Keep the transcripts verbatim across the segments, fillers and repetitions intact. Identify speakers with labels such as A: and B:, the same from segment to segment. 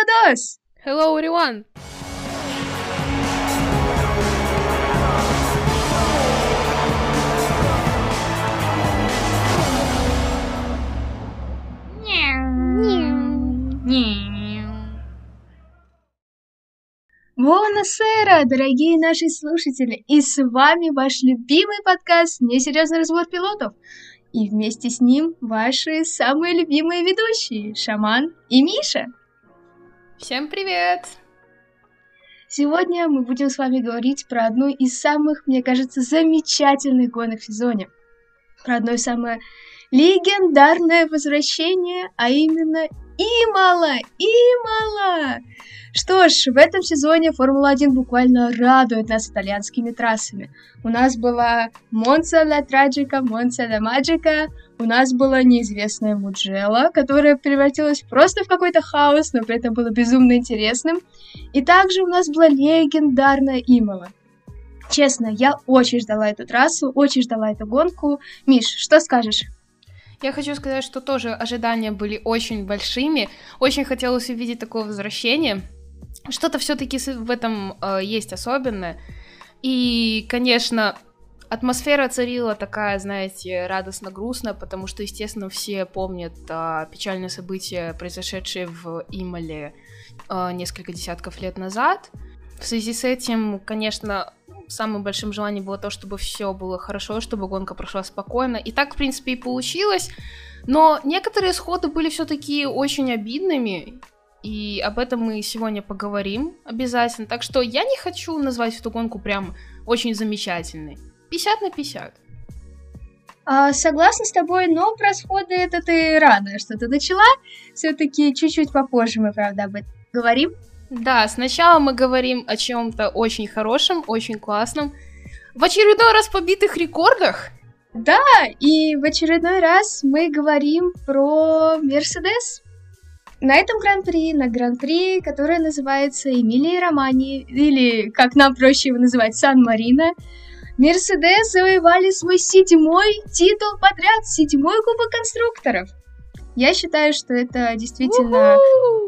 A: Dos!
B: Hello, everyone!
A: Буонасера, дорогие наши слушатели! И с вами ваш любимый подкаст «Несерьезный разбор пилотов». И вместе с ним ваши самые любимые ведущие Шаман и Миша.
B: Всем привет!
A: Сегодня мы будем с вами говорить про одну из самых, мне кажется, замечательных гонок в сезоне. Про одно самое легендарное возвращение, а именно Имола! Имола! Что ж, в этом сезоне Формула один буквально радует нас итальянскими трассами. У нас была Монца ля Траджика, Монца ля Маджика, у нас была неизвестная Муджело, которая превратилась просто в какой-то хаос, но при этом было безумно интересным. И также у нас была легендарная Имола. Честно, я очень ждала эту трассу, очень ждала эту гонку. Миш, что скажешь?
B: Я хочу сказать, что тоже ожидания были очень большими. Очень хотелось увидеть такое возвращение. Что-то все-таки в этом э, есть особенное. И, конечно, атмосфера царила такая, знаете, радостно-грустная, потому что, естественно, все помнят э, печальные события, произошедшие в Имоле э, несколько десятков лет назад. В связи с этим, конечно, самым большим желанием было то, чтобы все было хорошо, чтобы гонка прошла спокойно. И так, в принципе, и получилось. Но некоторые исходы были все-таки очень обидными. И об этом мы сегодня поговорим обязательно. Так что я не хочу назвать эту гонку прям очень замечательной. пятьдесят на пятьдесят.
A: А, согласна с тобой, но про сходы это ты рано, что ты начала. Все-таки чуть-чуть попозже мы, правда, об этом говорим.
B: Да, сначала мы говорим о чем-то очень хорошем, очень классном. В очередной раз побитых рекордах.
A: Да, и в очередной раз мы говорим про Мерседес. На этом гран-при, на гран-при, которое называется Эмилия-Романья, или, как нам проще его называть, Сан-Марино, Мерседес завоевали свой седьмой титул подряд, седьмой кубок конструкторов. Я считаю, что это действительно...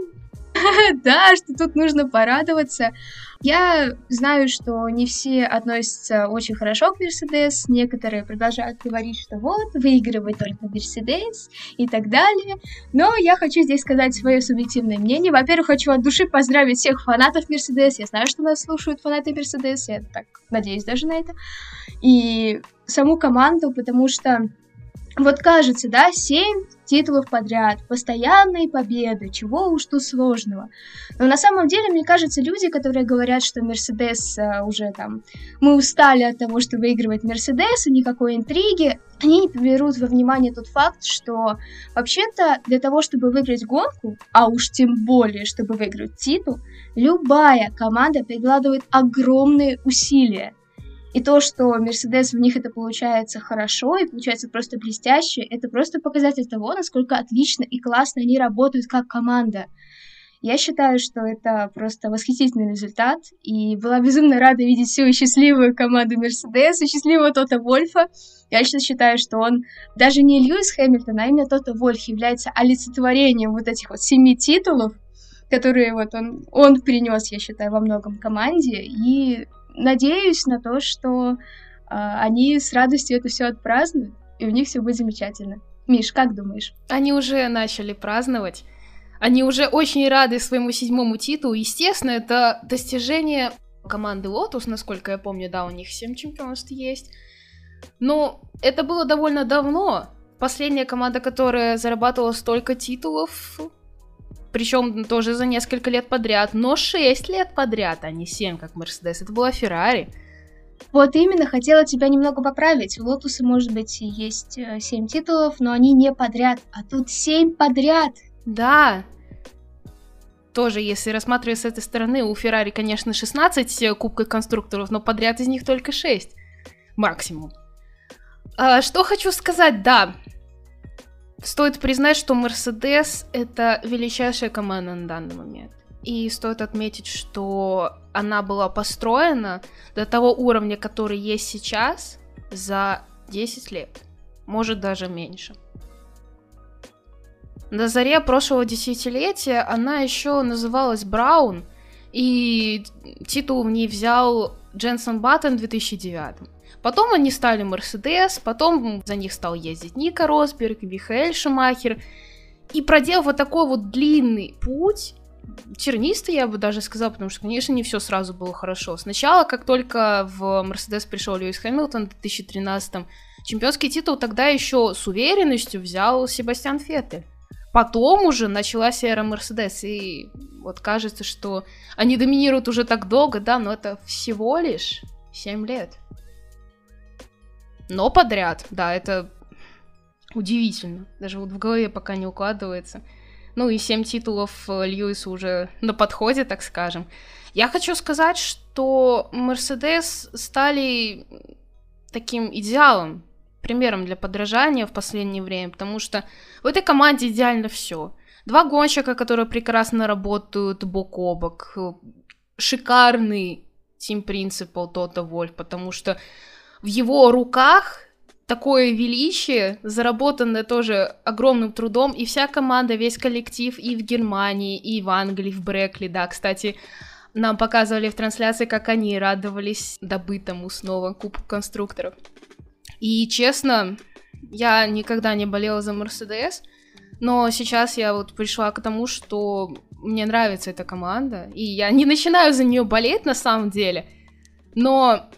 A: Да, что тут нужно порадоваться. Я знаю, что не все относятся очень хорошо к Мерседес, некоторые продолжают говорить, что вот, выигрывает только Мерседес и так далее, но я хочу здесь сказать свое субъективное мнение. Во-первых, хочу от души поздравить всех фанатов Мерседес, я знаю, что нас слушают фанаты Мерседес, я так надеюсь даже на это, и саму команду, потому что вот кажется, да, семь титулов подряд, постоянные победы, чего уж тут сложного. Но на самом деле, мне кажется, люди, которые говорят, что Мерседес а, уже там, мы устали от того, что выигрывает Мерседес, и никакой интриги, они не берут во внимание тот факт, что вообще-то для того, чтобы выиграть гонку, а уж тем более, чтобы выиграть титул, любая команда прикладывает огромные усилия. И то, что Мерседес в них это получается хорошо и получается просто блестяще, это просто показатель того, насколько отлично и классно они работают как команда. Я считаю, что это просто восхитительный результат, и была безумно рада видеть всю счастливую команду Мерседес и счастливого Тота Вольфа. Я лично считаю, что он даже не Льюис Хэмилтон, а именно Тота Вольф является олицетворением вот этих вот семи титулов, которые вот он, он принес, я считаю, во многом команде, и надеюсь на то, что э, они с радостью это все отпразднуют, и у них все будет замечательно. Миш, как думаешь?
B: Они уже начали праздновать. Они уже очень рады своему седьмому титулу. Естественно, это достижение команды Lotus, насколько я помню, да, у них семь чемпионств есть. Но это было довольно давно. Последняя команда, которая зарабатывала столько титулов, причем тоже за несколько лет подряд, но шесть лет подряд, а не семь, как Мерседес. Это была Феррари.
A: Вот именно, хотела тебя немного поправить. У Лотуса, может быть, есть семь титулов, но они не подряд, а тут семь подряд.
B: Да. Тоже, если рассматривать с этой стороны, у Феррари, конечно, шестнадцать кубков конструкторов, но подряд из них только шесть. Максимум. А, что хочу сказать, да. Стоит признать, что Мерседес — это величайшая команда на данный момент. И стоит отметить, что она была построена до того уровня, который есть сейчас, за десять лет. Может, даже меньше. на заре прошлого десятилетия она еще называлась Браун, и титул в ней взял Дженсон Баттон в две тысячи девятом. Потом они стали Мерседес, потом за них стал ездить Ника Росберг, Михаэль Шумахер. И проделав вот такой вот длинный путь, тернистый, я бы даже сказала, потому что, конечно, не все сразу было хорошо. Сначала, как только в Мерседес пришел Льюис Хэмилтон в две тысячи тринадцатом, чемпионский титул тогда еще с уверенностью взял Себастьян Феттель. Потом уже началась эра Мерседес, и вот кажется, что они доминируют уже так долго, да, но это всего лишь семь лет. Но подряд, да, это удивительно. Даже вот в голове пока не укладывается. Ну и семь титулов Льюиса уже на подходе, так скажем. Я хочу сказать, что Мерседес стали таким идеалом, примером для подражания в последнее время, потому что в этой команде идеально все. Два гонщика, которые прекрасно работают бок о бок. Шикарный тим-принципал Тото Вольфф, потому что в его руках такое величие, заработанное тоже огромным трудом, и вся команда, весь коллектив и в Германии, и в Англии, в Брэкли, да, кстати, нам показывали в трансляции, как они радовались добытому снова Кубку конструкторов. И, честно, я никогда не болела за Мерседес, но сейчас я вот пришла к тому, что мне нравится эта команда, и я не начинаю за нее болеть на самом деле, но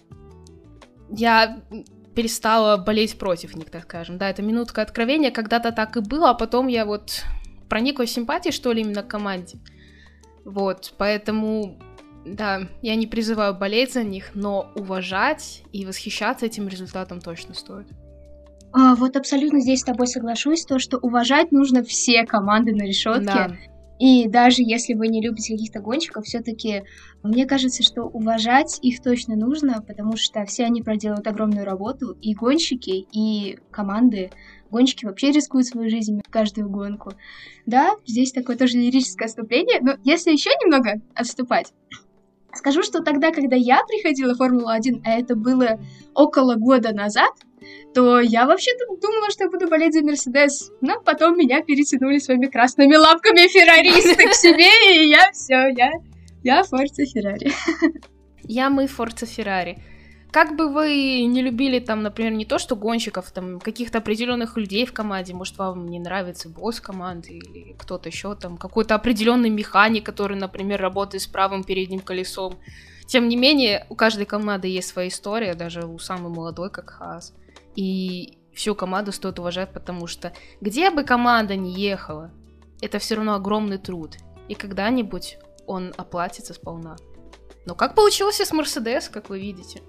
B: я перестала болеть против них, так скажем. Да, это минутка откровения, когда-то так и было, а потом я вот проникла в симпатии, что ли, именно к команде. Вот, поэтому, да, я не призываю болеть за них, но уважать и восхищаться этим результатом точно стоит.
A: А, вот абсолютно здесь с тобой соглашусь, то, что уважать нужно все команды на решетке.
B: Да.
A: И даже если вы не любите каких-то гонщиков, все-таки мне кажется, что уважать их точно нужно, потому что все они проделывают огромную работу, и гонщики, и команды. Гонщики вообще рискуют свою жизнь в каждую гонку. Да, здесь такое тоже лирическое отступление, но если еще немного отступать, скажу, что тогда, когда я приходила в Формулу один, а это было около года назад, то я вообще-то думала, что я буду болеть за Мерседес, но потом меня перетянули своими красными лапками ферраристы к себе, и я все, я, я Форца Феррари.
B: Я мы Форца Феррари. Как бы вы не любили там, например, не то что гонщиков, там каких-то определенных людей в команде, может, вам не нравится босс команды или кто-то еще там, какой-то определенный механик, который, например, работает с правым передним колесом. Тем не менее, у каждой команды есть своя история, даже у самой молодой, как Хаас. И всю команду стоит уважать, потому что где бы команда ни ехала, это все равно огромный труд. И когда-нибудь он оплатится сполна. Но как получилось с Мерседес, как вы видите?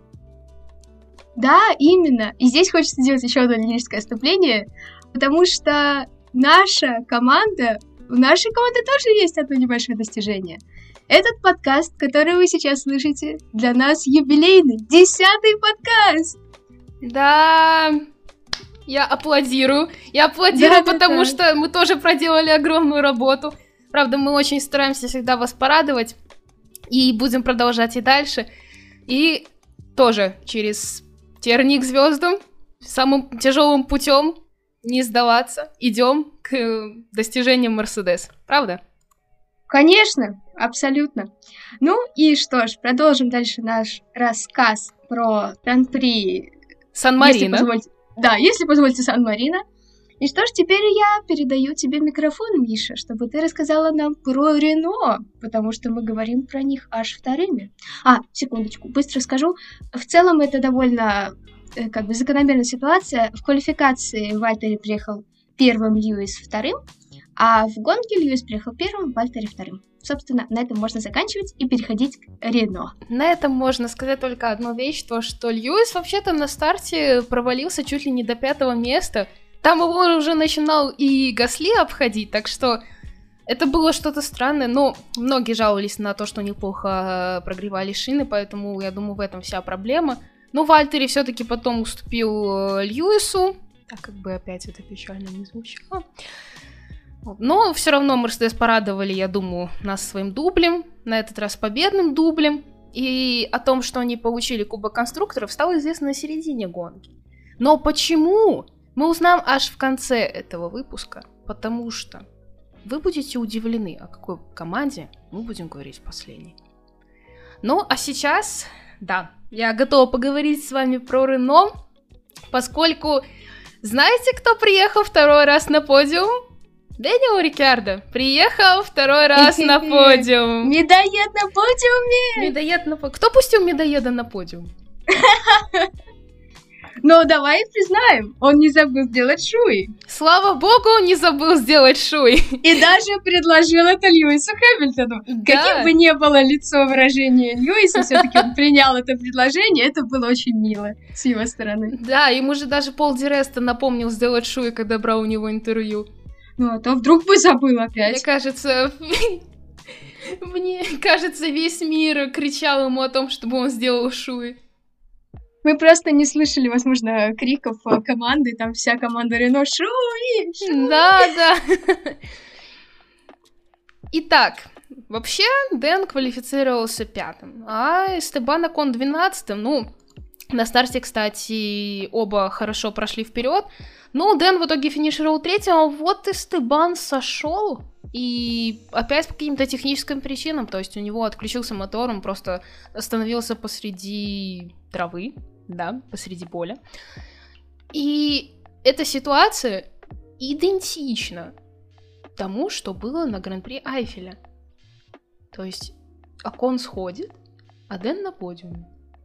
A: Да, именно. И здесь хочется сделать еще одно лирическое отступление, потому что наша команда, у нашей команды тоже есть одно небольшое достижение. Этот подкаст, который вы сейчас слышите, для нас юбилейный, десятый подкаст!
B: Да, я аплодирую. Я аплодирую, да, потому да. что мы тоже проделали огромную работу. Правда, мы очень стараемся всегда вас порадовать. И будем продолжать и дальше. И тоже через терник звездам, самым тяжелым путем не сдаваться. Идем к достижениям Мерседес. Правда?
A: Конечно, абсолютно. Ну и что ж, продолжим дальше наш рассказ про Гран-при
B: Сан-Марино.
A: Да, если позволите, Сан-Марино. И что ж, теперь я передаю тебе микрофон, Миша, чтобы ты рассказала нам про Рено, потому что мы говорим про них аж вторыми. А, секундочку, быстро скажу. В целом это довольно как бы закономерная ситуация. В квалификации Вальтери приехал первым, Льюис вторым, а в гонке Льюис приехал первым, Вальтери вторым. Собственно, на этом можно заканчивать и переходить к Рено.
B: На этом можно сказать только одну вещь, то что Льюис вообще-то на старте провалился чуть ли не до пятого места. Там его уже начинал и Гасли обходить, так что это было что-то странное. Но многие жаловались на то, что у них плохо прогревали шины, поэтому, я думаю, в этом вся проблема. Но Вальтери все-таки потом уступил Льюису, так как бы опять это печально не звучало. Но все равно Мерседес порадовали, я думаю, нас своим дублем, на этот раз победным дублем. И о том, что они получили Кубок конструкторов, стало известно на середине гонки. Но почему? Мы узнаем аж в конце этого выпуска. потому что вы будете удивлены, о какой команде мы будем говорить последней. Ну, а сейчас, да, я готова поговорить с вами про Рено, поскольку знаете, кто приехал второй раз на подиум? Дэниел Рикьярдо приехал второй раз на подиум.
A: Медоед на подиуме!
B: Медоед на подиуме. Кто пустил медоеда на подиум?
A: Но давай признаем, он не забыл сделать шуи.
B: Слава богу, он не забыл сделать шуи.
A: И даже предложил это Льюису Хэмилтону. Да. Каким бы ни было лицо выражения Льюиса, все-таки он принял это предложение, это было очень мило с его стороны.
B: Да, ему же даже Пол Ди Реста напомнил сделать шуи, когда брал у него интервью.
A: Ну, а то вдруг бы забыл опять.
B: Мне кажется, мне кажется, весь мир кричал ему о том, чтобы он сделал шуи.
A: Мы просто не слышали, возможно, криков команды, там вся команда Рено шуи, шуи.
B: Да, да. Итак, вообще Дэн квалифицировался пятым, а Эстебан Окон двенадцатым. Ну, на старте, кстати, оба хорошо прошли вперед. Ну, Дэн в итоге финишировал третьим, а вот Эстебан сошел. И опять по каким-то техническим причинам, то есть у него отключился мотор, он просто остановился посреди травы, да, посреди поля. И эта ситуация идентична тому, что было на Гран-при Айфеля. То есть Окон сходит, а Дэн на подиуме.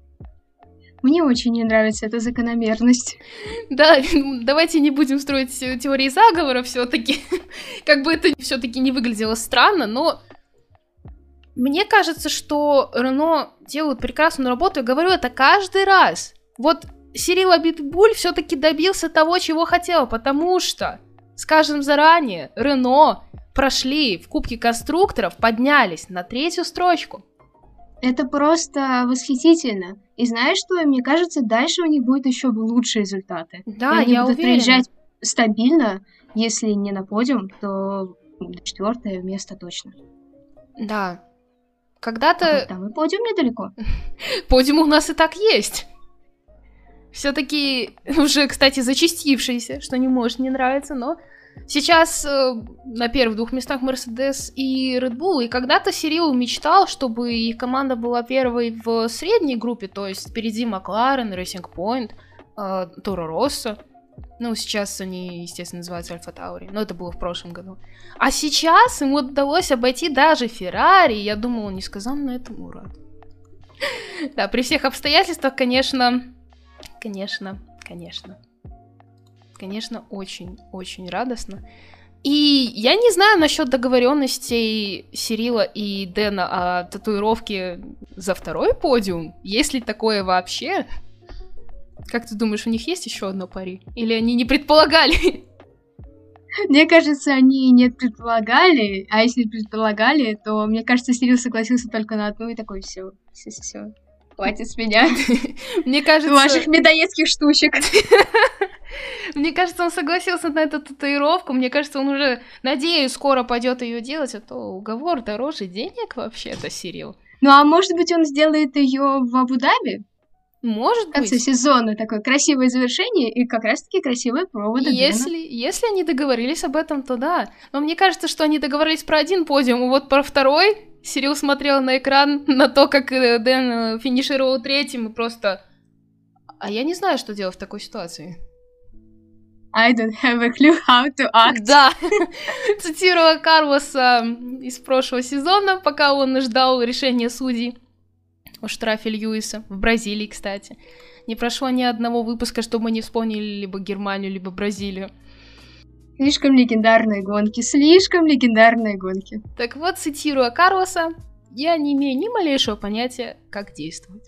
A: Мне очень не нравится эта закономерность.
B: Да, давайте не будем строить теории заговора все-таки. Как бы это все-таки не выглядело странно, но мне кажется, что Рено делают прекрасную работу. Я говорю это каждый раз. Вот Сирил Абитбуль все-таки добился того, чего хотел, потому что, скажем заранее, Рено прошли в Кубке конструкторов, поднялись на третью строчку.
A: Это просто восхитительно. И знаешь что, мне кажется, дальше у них будут еще лучшие результаты.
B: Да,
A: и они
B: я
A: будут
B: уверена.
A: приезжать стабильно, если не на подиум, то четвертое место точно.
B: Да. Когда-то...
A: А там и подиум недалеко.
B: Подиум у нас и так есть. Все-таки уже, кстати, зачастившийся, что не может не нравиться, но сейчас э, на первых двух местах Mercedes и Red Bull, и когда-то Сирил мечтал, чтобы их команда была первой в средней группе, то есть впереди Макларен, Racing Point, э, Торо Россо. Ну, сейчас они, естественно, называются Альфа Таури, но это было в прошлом году. А сейчас ему удалось обойти даже Феррари, я думала, он несказанно этому рад. Да, при всех обстоятельствах, конечно, конечно, конечно. Конечно, очень-очень радостно. И я не знаю насчет договоренностей Сирила и Дэна о татуировке за второй подиум. Есть ли такое вообще? Как ты думаешь, у них есть еще одно пари? Или они не предполагали?
A: Мне кажется, они не предполагали, а если предполагали, то, мне кажется, Сирил согласился только на одну и такой, все, все, все, хватит с меня.
B: Мне кажется...
A: Ваших медоедских штучек.
B: Мне кажется, он согласился на эту татуировку. Мне кажется, он уже, надеюсь, скоро пойдет ее делать, а то уговор дороже денег вообще-то, Сирил.
A: Ну, а может быть, он сделает ее в Абу-Даби?
B: Может быть. В
A: конце сезона такое красивое завершение и как раз-таки красивые проводы
B: если, если они договорились об этом, то да. Но мне кажется, что они договорились про один подиум, и вот про второй Сирил смотрел на экран, на то, как Дэн финишировал третьим, и просто... А я не знаю, что делать в такой ситуации.
A: I don't have a clue how to act.
B: Да, цитируя Карлоса из прошлого сезона, пока он ждал решения судей о штрафе Льюиса, в Бразилии, кстати. Не прошло ни одного выпуска, чтобы мы не вспомнили либо Германию, либо Бразилию.
A: Слишком легендарные гонки, слишком легендарные гонки.
B: Так вот, цитируя Карлоса, я не имею ни малейшего понятия, как действовать.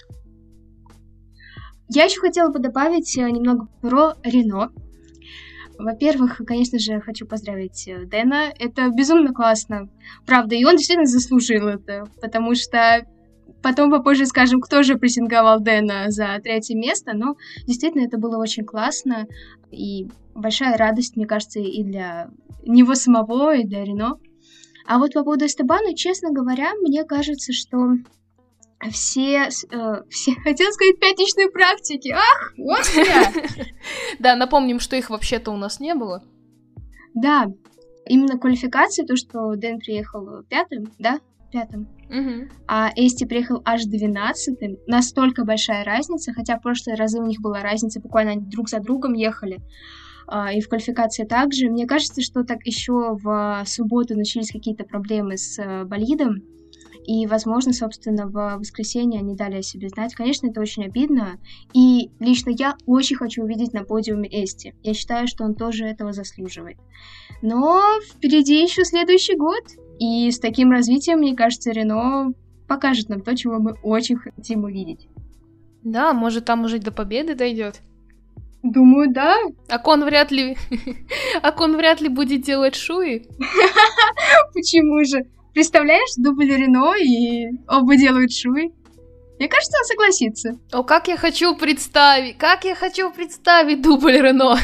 A: Я еще хотела бы добавить немного про Рено. Во-первых, конечно же, хочу поздравить Дэна. Это безумно классно. Правда, и он действительно заслужил это, потому что потом попозже скажем, кто же прессинговал Дэна за третье место, но действительно это было очень классно, и большая радость, мне кажется, и для него самого, и для Рено. А вот по поводу Эстебана, честно говоря, мне кажется, что все, э, все, хотела сказать, пятничные практики. Ах, вот я!
B: Да, напомним, что их вообще-то у нас не было.
A: Да, Именно квалификация, то, что Дэн приехал пятым, да? Пятым.
B: Угу.
A: А Эсти приехал аж двенадцатым. Настолько большая разница, хотя в прошлые разы у них была разница, буквально они друг за другом ехали. А, и в квалификации также. Мне кажется, что так еще в субботу начались какие-то проблемы с а, болидом. И, возможно, собственно, в воскресенье они дали о себе знать. Конечно, это очень обидно. И лично я очень хочу увидеть на подиуме Эсти. Я считаю, что он тоже этого заслуживает. Но впереди еще следующий год. И с таким развитием, мне кажется, Рено покажет нам то, чего мы очень хотим увидеть.
B: Да, может, там уже до победы дойдет.
A: Думаю, да.
B: Акон вряд ли... Акон вряд ли будет делать шуи.
A: Почему же? Представляешь, дубль Рено и оба делают шуи? Мне кажется, он согласится.
B: О, как я хочу представить, как я хочу представить дубль Рено.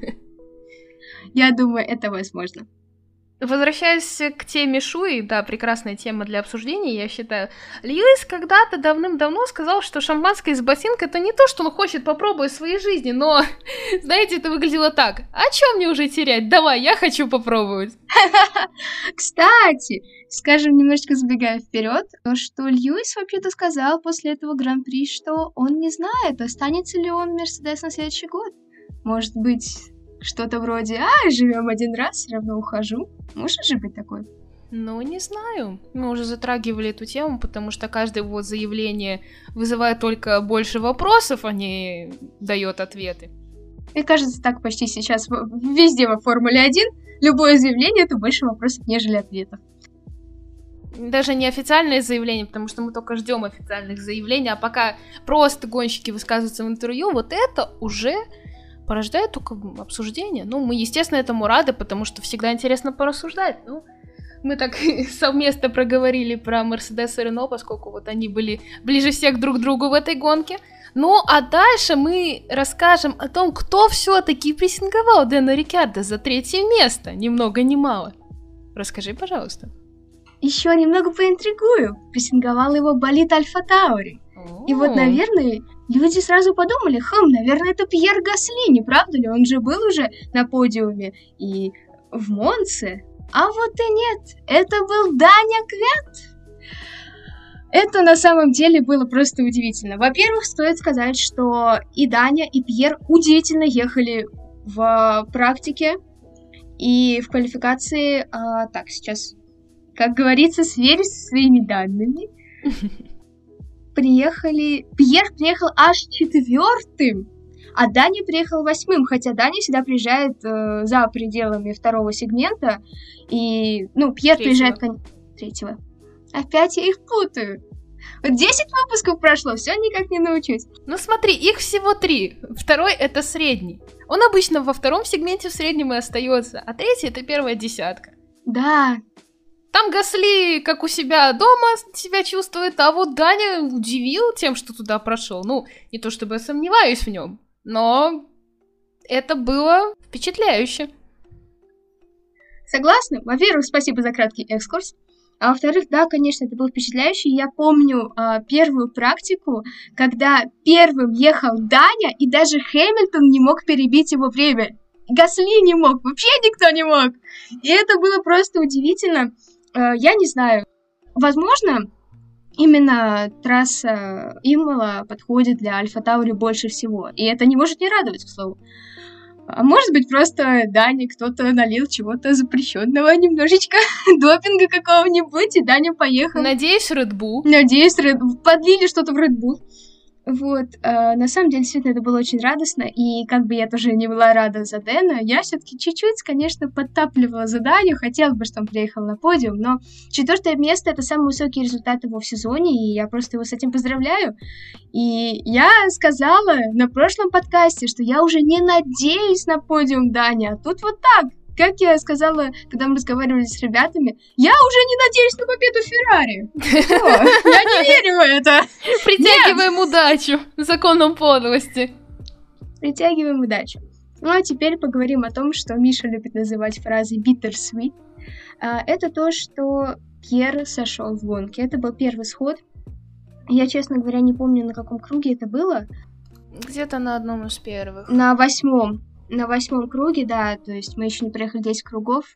A: Я думаю, это возможно.
B: Возвращаясь к теме шуи, да, прекрасная тема для обсуждения, я считаю. Льюис когда-то давным-давно сказал, что шампанское из ботинка это не то, что он хочет попробовать в своей жизни, но, знаете, это выглядело так. А чё мне уже терять? Давай, я хочу попробовать.
A: Кстати, скажем, немножечко забегая вперед, то, что Льюис вообще-то сказал после этого гран-при, что он не знает, останется ли он Мерседес на следующий год. Может быть... Что-то вроде «А, живем один раз, все равно ухожу». Может же быть такое?
B: Ну, не знаю. Мы уже затрагивали эту тему, потому что каждое его заявление вызывает только больше вопросов, а не дает ответы.
A: Мне кажется, так почти сейчас везде во Формуле один. Любое заявление — это больше вопросов, нежели ответов.
B: Даже не официальное заявление, потому что мы только ждем официальных заявлений, а пока просто гонщики высказываются в интервью, вот это уже... порождает только обсуждение. Ну, мы, естественно, этому рады, потому что всегда интересно порассуждать. Ну, мы так совместно проговорили про Мерседес и Рено, поскольку вот они были ближе всех друг к другу в этой гонке. Ну, а дальше мы расскажем о том, кто все-таки прессинговал Дэна Рикьярдо за третье место, ни много ни мало. Расскажи, пожалуйста.
A: Еще немного поинтригую. Прессинговал его болид Альфа Таури. И вот, наверное, люди сразу подумали, хм, наверное, это Пьер Гасли, не правда ли? Он же был уже на подиуме и в Монце. А вот и нет, это был Даня Квят. Это на самом деле было просто удивительно. Во-первых, стоит сказать, что и Даня, и Пьер удивительно ехали в практике и в квалификации. А, так, сейчас, как говорится, сверюсь со своими данными. Приехали... Пьер приехал аж четвертым, а Даня приехал восьмым, хотя Даня всегда приезжает э, за пределами второго сегмента, и, ну, Пьер
B: Третьего.
A: приезжает... Кон... Третьего. Опять я их путаю. Вот десять выпусков прошло, все никак не научусь.
B: Ну смотри, их всего три. Второй это средний. Он обычно во втором сегменте в среднем и остается, а третий это первая десятка.
A: Да.
B: Там Гасли, как у себя дома себя чувствует, а вот Даня удивил тем, что туда прошел. Ну, не то чтобы я сомневаюсь в нем, но это было впечатляюще.
A: Согласна. Во-первых, спасибо за краткий экскурс. А во-вторых, да, конечно, это было впечатляюще. Я помню э, первую практику, когда первым ехал Даня, и даже Хэмилтон не мог перебить его время. Гасли не мог, вообще никто не мог. И это было просто удивительно. Э, я не знаю. Возможно, именно трасса Имола подходит для Альфа Таури больше всего. И это не может не радовать, к слову. А может быть, просто Дане кто-то налил чего-то запрещенного, немножечко допинга какого-нибудь, и Даня поехал.
B: Надеюсь, Red Bull.
A: Надеюсь, Red... подлили что-то в Red Bull. Вот, а, на самом деле, действительно, это было очень радостно, и как бы я тоже не была рада за Дэна, я все-таки чуть-чуть, конечно, подтапливала за Даню, хотела бы, чтобы он приехал на подиум, но четвертое место — это самый высокий результат его в сезоне, и я просто его с этим поздравляю. И я сказала на прошлом подкасте, что я уже не надеюсь на подиум Дани, а тут вот так. Как я сказала, когда мы разговаривали с ребятами, я уже не надеюсь на победу Феррари. Я не верю в это.
B: Притягиваем удачу законом подлости.
A: Притягиваем удачу. Ну а теперь поговорим о том, что Миша любит называть фразой bittersweet. Это то, что Пьер сошел в гонке. Это был первый сход. Я, честно говоря, не помню, на каком круге это было.
B: Где-то на одном из первых.
A: На восьмом. На восьмом круге, да, то есть мы еще не проехали десять кругов.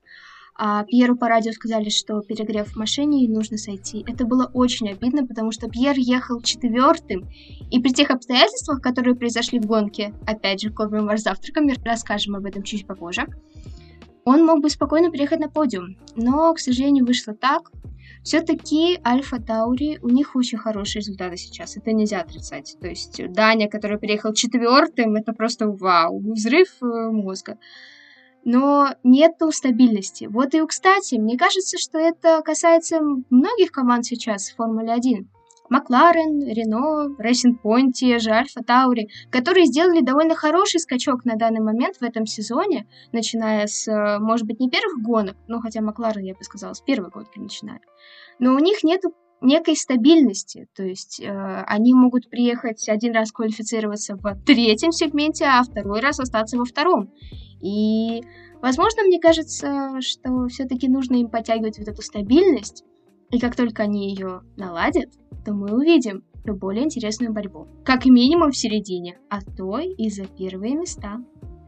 A: а Пьеру по радио сказали, что перегрев в машине и нужно сойти. Это было очень обидно, потому что Пьер ехал четвертым, и при тех обстоятельствах, которые произошли в гонке, опять же, кормим ваш завтраком, расскажем об этом чуть попозже, он мог бы спокойно приехать на подиум. Но, к сожалению, вышло так. Все-таки Альфа Таури, у них очень хорошие результаты сейчас, это нельзя отрицать. То есть Даня, который приехал четвертым, это просто вау, взрыв мозга. Но нету стабильности. Вот и, кстати, мне кажется, что это касается многих команд сейчас в Формуле один. Макларен, Рено, Рейсинг Пойнт, те же, Альфа Таури, которые сделали довольно хороший скачок на данный момент в этом сезоне, начиная с, может быть, не первых гонок, ну, хотя Макларен, я бы сказала, с первой гонки начиная. Но у них нету некой стабильности, то есть э, они могут приехать один раз квалифицироваться в третьем сегменте, а второй раз остаться во втором. И, возможно, мне кажется, что все-таки нужно им подтягивать вот эту стабильность, и как только они ее наладят, то мы увидим более интересную борьбу. Как минимум в середине, а то и за первые места.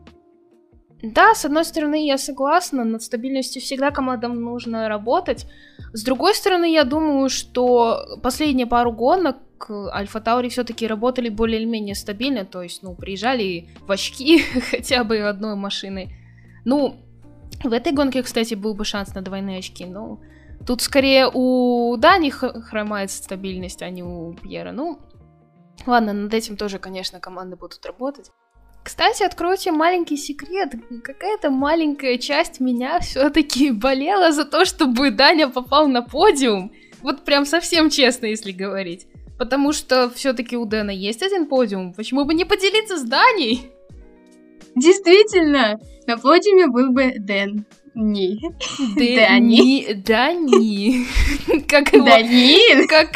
B: Да, с одной стороны, я согласна, над стабильностью всегда командам нужно работать. С другой стороны, я думаю, что последние пару гонок Альфа Таури все-таки работали более-менее стабильно, то есть, ну, приезжали в очки хотя бы одной машиной. Ну, в этой гонке, кстати, был бы шанс на двойные очки, но тут скорее у Дани хромает стабильность, а не у Пьера. Ну, ладно, над этим тоже, конечно, команды будут работать. Кстати, откройте маленький секрет. Какая-то маленькая часть меня все-таки болела за то, чтобы Даня попал на подиум. Вот прям совсем честно, если говорить. Потому что все-таки у Дэна есть один подиум. Почему бы не поделиться с Даней?
A: Действительно, на подиуме был бы Дэн. Не.
B: Дани. Дани. Как его...
A: Дани?
B: Как...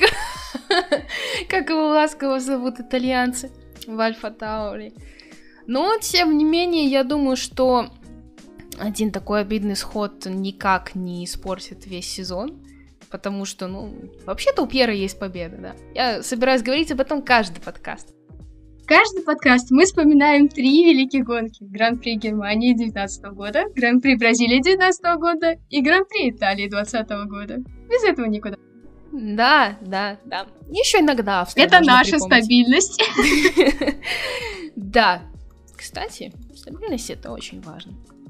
B: Как его ласково зовут итальянцы в Альфа Таури. Но, тем не менее, я думаю, что один такой обидный сход никак не испортит весь сезон. Потому что, ну, вообще-то у Пьера есть победа, да. Я собираюсь говорить об этом каждый подкаст.
A: Каждый подкаст мы вспоминаем три великие гонки. Гран-при Германии девятнадцатого года, Гран-при Бразилии девятнадцатого года и Гран-при Италии двадцатого года. Без этого никуда.
B: Да, да, да. Еще иногда Австрию
A: Это наша
B: припомнить.
A: Стабильность.
B: Да. Кстати, стабильность — это очень важно.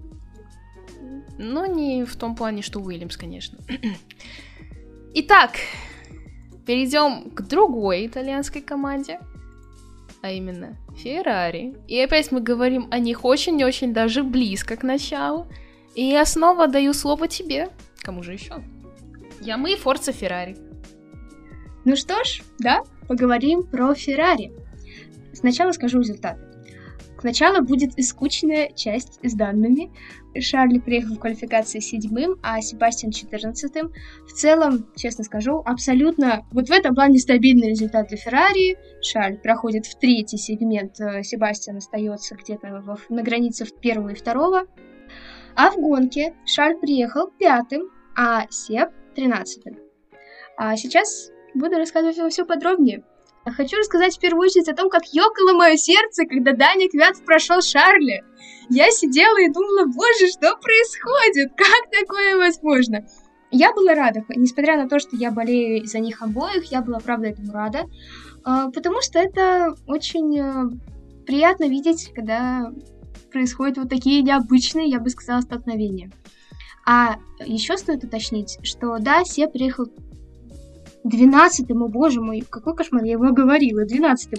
B: Но не в том плане, что Уильямс, конечно. Итак, перейдем к другой итальянской команде, а именно Феррари. И опять мы говорим о них очень-очень даже близко к началу. И я снова даю слово тебе. Кому же еще? Я мы и Форца Феррари.
A: Ну что ж, да, поговорим про Феррари. Сначала скажу результаты. Сначала будет и скучная часть с данными. Шарль приехал в квалификации седьмым, а Себастьян четырнадцатым. В целом, честно скажу, абсолютно вот в этом плане стабильный результат для Феррари. Шарль проходит в третий сегмент, Себастьян остается где-то в, на границе первого и второго. А в гонке Шарль приехал пятым, а Себ тринадцатым. А сейчас буду рассказывать вам все подробнее. Хочу рассказать в первую очередь о том, как ёкало мое сердце, когда Даня Квят прошел Шарля. Я сидела и думала, боже, что происходит? Как такое возможно? Я была рада, несмотря на то, что я болею за них обоих, я была, правда, этому рада, потому что это очень приятно видеть, когда происходят вот такие необычные, я бы сказала, столкновения. А еще стоит уточнить, что да, Себ приехал двенадцатым, о боже мой, какой кошмар, я его говорила, двенадцатым.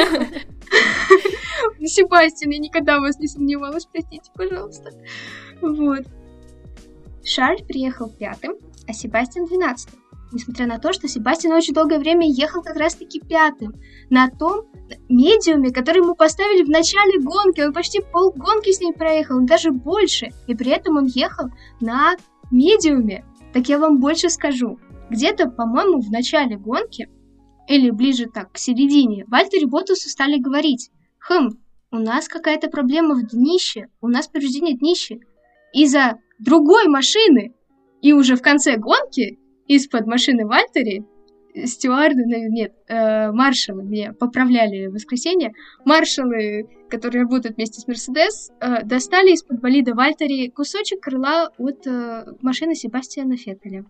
A: Себастьян, я никогда в вас не сомневалась, простите, пожалуйста. Вот. Шарль приехал пятым, а Себастьян двенадцатым. Несмотря на то, что Себастьян очень долгое время ехал как раз-таки пятым. На том медиуме, который ему поставили в начале гонки. Он почти полгонки с ней проехал, даже больше. И при этом он ехал на медиуме. Так я вам больше скажу. Где-то, по-моему, в начале гонки, или ближе так, к середине, Вальтеру Боттасу стали говорить: «Хм, у нас какая-то проблема в днище, у нас повреждение днища из-за другой машины». И уже в конце гонки из-под машины Вальтери стюарды, нет, э, маршалы, меня поправляли в воскресенье, маршалы, которые работают вместе с Мерседес, э, достали из-под болида Вальтери кусочек крыла от э, машины Себастьяна Феттеля.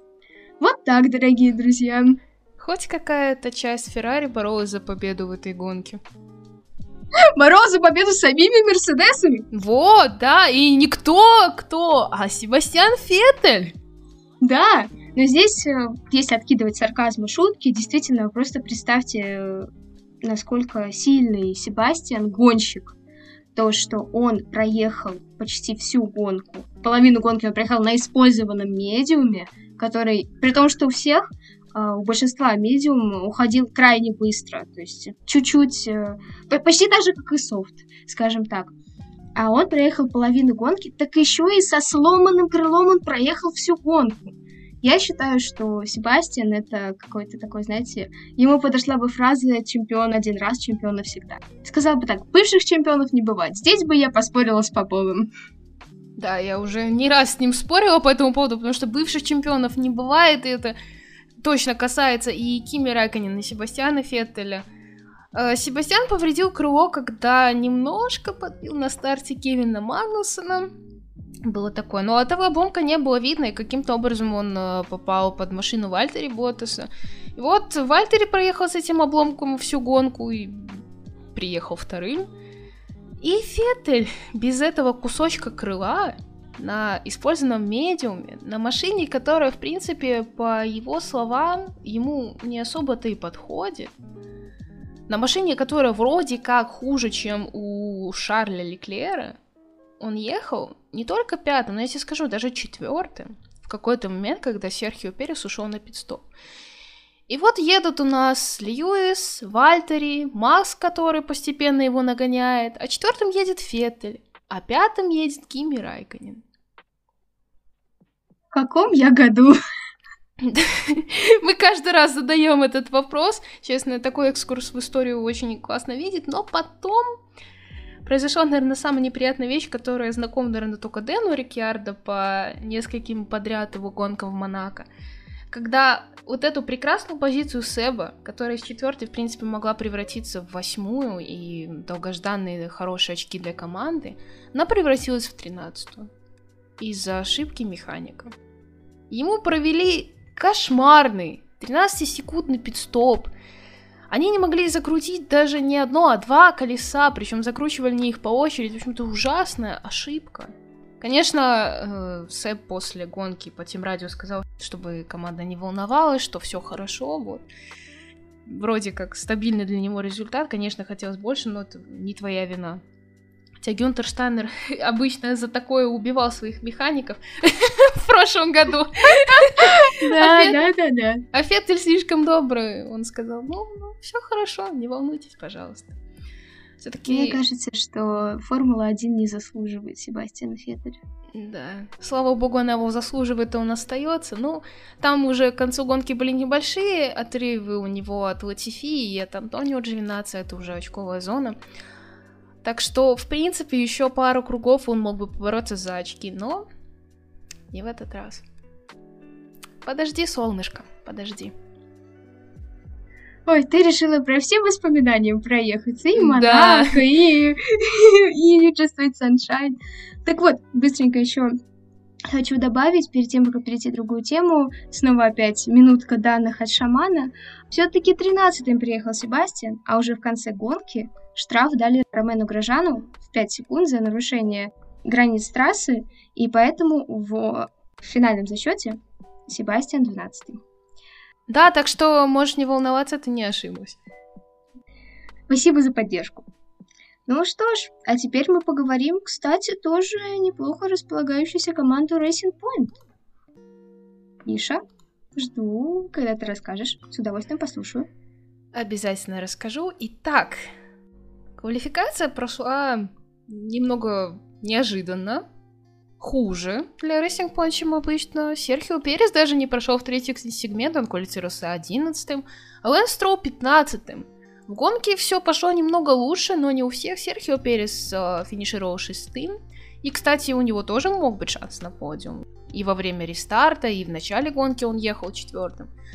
A: Вот так, дорогие друзья.
B: Хоть какая-то часть Феррари боролась за победу в этой гонке.
A: Боролась за победу с самими Мерседесами?
B: Вот, да, и никто, кто, а Себастьян Феттель.
A: Да, но здесь, если откидывать сарказм и шутки, действительно, просто представьте, насколько сильный Себастьян гонщик. То, что он проехал почти всю гонку, половину гонки он проехал на использованном медиуме, который, при том, что у всех, у большинства медиум уходил крайне быстро, то есть чуть-чуть, почти так же, как и софт, скажем так. А он проехал половину гонки, так еще и со сломанным крылом он проехал всю гонку. Я считаю, что Себастьян это какой-то такой, знаете, ему подошла бы фраза «чемпион один раз, чемпион навсегда». Сказал бы так: бывших чемпионов не бывает. Здесь бы я поспорила с Поповым.
B: Да, я уже не раз с ним спорила по этому поводу, потому что бывших чемпионов не бывает, и это точно касается и Кими Räikkönen, и Себастьяна Феттеля. Себастьян повредил крыло, когда немножко подбил на старте Кевина Магнуссена. Было такое. Но этого обломка не было видно, и каким-то образом он попал под машину Вальтери Боттаса. И вот Вальтери проехал с этим обломком всю гонку и приехал вторым. И Феттель без этого кусочка крыла на использованном медиуме, на машине, которая, в принципе, по его словам, ему не особо-то и подходит, на машине, которая вроде как хуже, чем у Шарля Леклера, он ехал не только пятым, но я тебе скажу, даже четвертым в какой-то момент, когда Серхио Перес ушел на пит-стоп. И вот едут у нас Льюис, Вальтери, Макс, который постепенно его нагоняет, а четвертым едет Феттель, а пятым едет Кими Räikkönen.
A: В каком я году?
B: Мы каждый раз задаем этот вопрос. Честно, такой экскурс в историю очень классно видеть, но потом произошла, наверное, самая неприятная вещь, которая знакома, наверное, только Дэну Рикьярдо по нескольким подряд его гонкам в Монако. Когда вот эту прекрасную позицию Себа, которая из четвертой, в принципе, могла превратиться в восьмую и долгожданные хорошие очки для команды, она превратилась в тринадцатую из-за ошибки механика. Ему провели кошмарный тринадцатисекундный пит-стоп. Они не могли закрутить даже не одно, а два колеса, причем закручивали не их по очереди. В общем-то, ужасная ошибка. Конечно, Себ после гонки по Тимрадио сказал, чтобы команда не волновалась, что все хорошо, вот. Вроде как стабильный для него результат, конечно, хотелось больше, но это не твоя вина. Хотя Гюнтер Штайнер обычно за такое убивал своих механиков в прошлом году.
A: Да, да, да, да.
B: А Феттель слишком добрый, он сказал, ну, все хорошо, не волнуйтесь, пожалуйста. Все-таки...
A: Мне кажется, что Формула один не заслуживает Себастьяна Феттеля.
B: Да. Слава богу, она его заслуживает, и он остается. Ну, там уже к концу гонки были небольшие отрывы у него от Латифи и от Антонио Джовинаци, это уже очковая зона. Так что, в принципе, еще пару кругов он мог бы побороться за очки, но не в этот раз. Подожди, солнышко, подожди.
A: Ой, ты решила про все воспоминания проехаться, и Монако, да. и, и Just Wait Sunshine. Так вот, быстренько еще хочу добавить, перед тем, как перейти в другую тему, снова опять минутка данных от Шамана. Все-таки тринадцатым приехал Себастьян, а уже в конце гонки штраф дали Ромену Гражану в пять секунд за нарушение границ трассы, и поэтому в финальном зачете Себастьян двенадцатый.
B: Да, так что можешь не волноваться, ты не ошиблась.
A: Спасибо за поддержку. Ну что ж, а теперь мы поговорим, кстати, тоже неплохо располагающуюся команду Racing Point. Миша, жду, когда ты расскажешь. С удовольствием послушаю.
B: Обязательно расскажу. Итак, квалификация прошла немного неожиданно. Хуже для Racing Point, чем обычно. Серхио Перес даже не прошел в третий сегмент, он квалифицировался одиннадцатым, а Лэнс Строул пятнадцатым. В гонке все пошло немного лучше, но не у всех. Серхио Перес э, финишировал шестым. И, кстати, у него тоже мог быть шанс на подиум. И во время рестарта, и в начале гонки он ехал четвертым.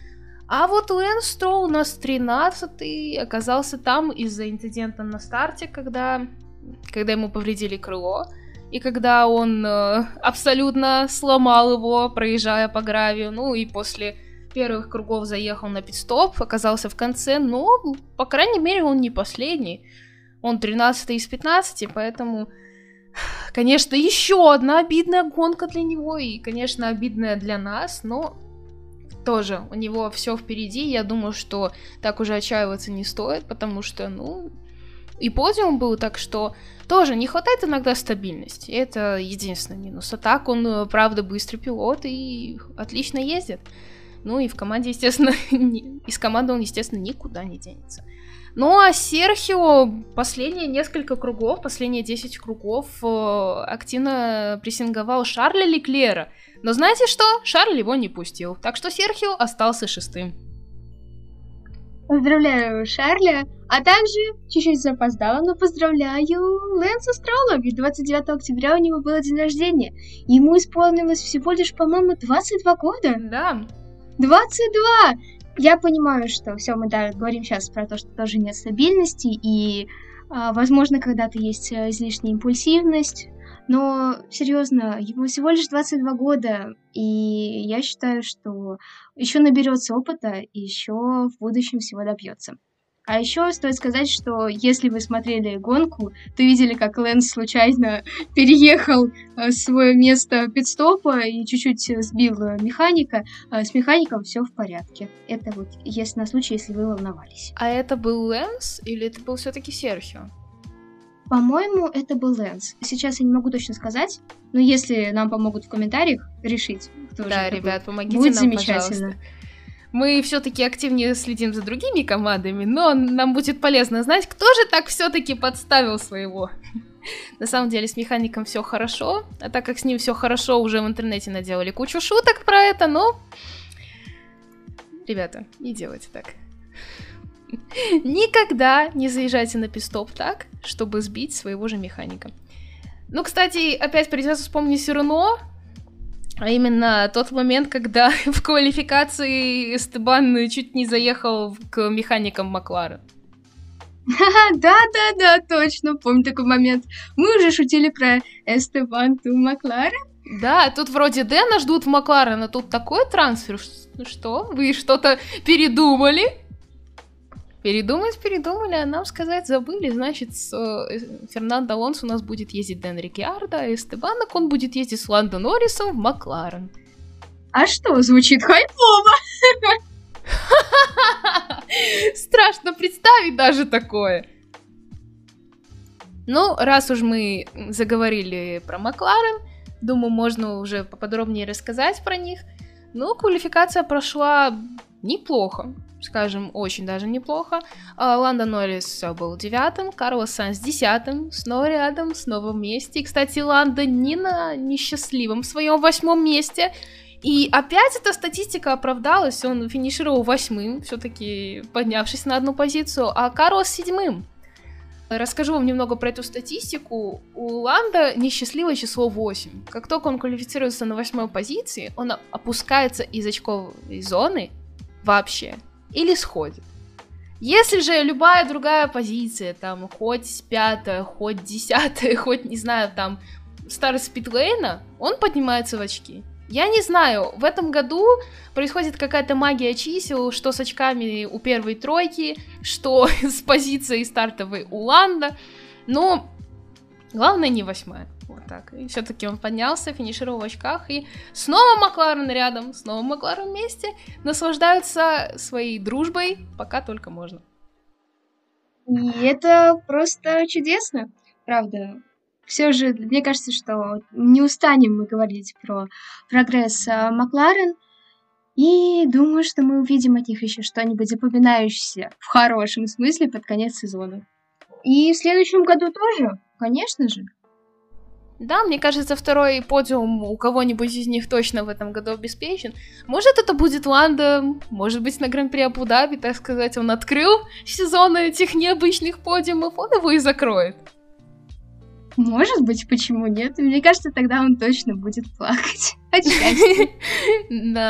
B: А вот Лэнс Стролл у нас тринадцатый, оказался там из-за инцидента на старте, когда, когда ему повредили крыло, и когда он э, абсолютно сломал его, проезжая по гравию, ну и после первых кругов заехал на пит-стоп, оказался в конце, но, по крайней мере, он не последний. Он тринадцатый из пятнадцати, поэтому, конечно, еще одна обидная гонка для него, и, конечно, обидная для нас, но тоже у него все впереди. Я думаю, что так уже отчаиваться не стоит, потому что, ну, и подиум был, так что тоже не хватает иногда стабильности. Это единственный минус. А так он, правда, быстрый пилот и отлично ездит. Ну и в команде, естественно, из команды он, естественно, никуда не денется. Ну а Серхио последние несколько кругов, последние десять кругов э, активно прессинговал Шарля Леклера. Но знаете что? Шарль его не пустил. Так что Серхио остался шестым.
A: Поздравляю Шарля, а также чуть-чуть запоздала, но поздравляю Лэнса Стролла, ведь двадцать девятого октября у него был день рождения. Ему исполнилось всего лишь, по-моему, двадцать два года.
B: Да.
A: двадцать два! Я понимаю, что все, мы да, говорим сейчас про то, что тоже нет стабильности, и, а, возможно, когда-то есть излишняя импульсивность, но, серьезно, ему всего лишь двадцать два года, и я считаю, что еще наберется опыта, и еще в будущем всего добьется. А еще стоит сказать, что если вы смотрели гонку, то видели, как Лэнс случайно переехал э, свое место пит-стопа и чуть-чуть сбил механика. Э, с механиком все в порядке. Это вот если на случай, если вы волновались.
B: А это был Лэнс или это был все-таки Серхио?
A: По-моему, это был Лэнс. Сейчас я не могу точно сказать, но если нам помогут в комментариях решить, кто же
B: да,
A: это
B: ребят,
A: был,
B: помогите
A: будет
B: нам,
A: замечательно.
B: Пожалуйста. Мы все-таки активнее следим за другими командами, но нам будет полезно знать, кто же так все-таки подставил своего. На самом деле с механиком все хорошо, а так как с ним все хорошо, уже в интернете наделали кучу шуток про это, но... Ребята, не делайте так. Никогда не заезжайте на пит-стоп так, чтобы сбить своего же механика. Ну, кстати, опять придется вспомнить Рено. А именно тот момент, когда в квалификации Эстебан чуть не заехал к механикам Макларен.
A: Да-да-да, точно, помню такой момент. Мы уже шутили про Эстебан ту Макларен.
B: Да, тут вроде Дэна ждут в Макларен, а тут такой трансфер. Что? Вы что-то передумали? Передумать передумали, а нам сказать забыли. Значит, с э, Фернандо Алонсо у нас будет ездить Дэн Рикьярдо, а Эстебан он будет ездить с Ландо Норрисом в Макларен.
A: А что, звучит хайпово?
B: Страшно представить даже такое. Ну, раз уж мы заговорили про Макларен, думаю, можно уже поподробнее рассказать про них. Ну, квалификация прошла неплохо. Скажем, очень даже неплохо. Ландо Норрис был девятым, Карлос Сайнс десятым, снова рядом, снова вместе. И, кстати, Ландо не на несчастливом своем восьмом месте. И опять эта статистика оправдалась, он финишировал восьмым, все-таки поднявшись на одну позицию, а Карлос седьмым. Расскажу вам немного про эту статистику. У Ландо несчастливое число восемь. Как только он квалифицируется на восьмой позиции, он опускается из очковой зоны вообще. Или сходит. Если же любая другая позиция, там, хоть пятая, хоть десятая, хоть, не знаю, там, старт с питлейна, он поднимается в очки. Я не знаю, в этом году происходит какая-то магия чисел, что с очками у первой тройки, что с позицией стартовой у Ландо, но главное не восьмая. Вот так. И все-таки он поднялся, финишировал в очках, и снова Макларен рядом, снова Макларен вместе, наслаждаются своей дружбой, пока только можно.
A: И это просто чудесно, правда. Все же, мне кажется, что не устанем мы говорить про прогресс Макларен, и думаю, что мы увидим от них еще что-нибудь запоминающееся в хорошем смысле под конец сезона. И в следующем году тоже, конечно же.
B: Да, мне кажется, второй подиум у кого-нибудь из них точно в этом году обеспечен. Может, это будет Ландо, может быть, на Гран-при Абу-Даби, так сказать, он открыл сезон этих необычных подиумов, он его и закроет.
A: Может быть, почему нет? Мне кажется, тогда он точно будет плакать от счастья.
B: Да.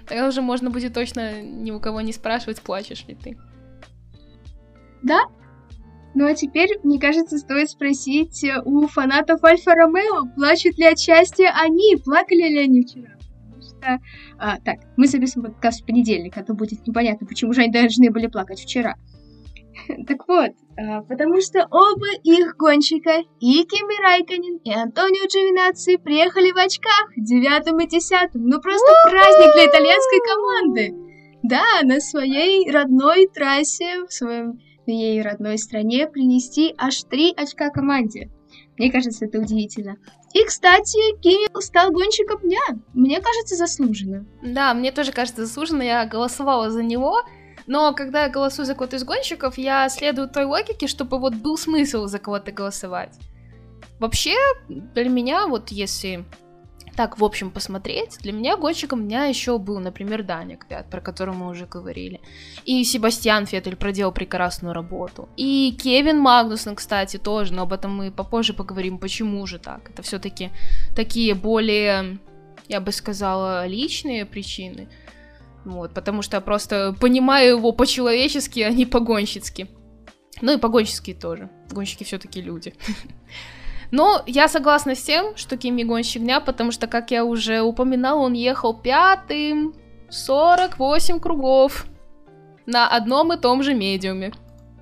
B: Тогда уже можно будет точно ни у кого не спрашивать, плачешь ли ты.
A: Да. Ну а теперь, мне кажется, стоит спросить у фанатов Альфа-Ромео, плачут ли от счастья они, плакали ли они вчера. Потому что... А, так, мы записываем подкаст в понедельник, а то будет непонятно, почему же они должны были плакать вчера. Так вот, а, потому что оба их гонщика, и Кими Райконен, и Антонио Джиовинаци, приехали в очках девятым и десятым. Ну просто праздник для итальянской команды. Да, на своей родной трассе, в своем, в ее родной стране принести аж три очка команде. Мне кажется, это удивительно. И, кстати, Кими стал гонщиком дня. Мне кажется, заслуженно.
B: Да, мне тоже кажется заслуженно. Я голосовала за него. Но когда я голосую за кого-то из гонщиков, я следую той логике, чтобы вот был смысл за кого-то голосовать. Вообще, для меня, вот если так в общем посмотреть, для меня гонщиком дня еще был, например, Даня Квят, про которого мы уже говорили. И Себастьян Феттель проделал прекрасную работу. И Кевин Магнусон, кстати, тоже, но об этом мы попозже поговорим, почему же так. Это все-таки такие более, я бы сказала, личные причины. Вот, потому что я просто понимаю его по-человечески, а не по-гонщицки. Ну и по-гонщицки тоже. Гонщики все-таки люди. Но я согласна с тем, что Кими гонщик дня, потому что, как я уже упоминала, он ехал пятым, сорок восемь кругов на одном и том же медиуме.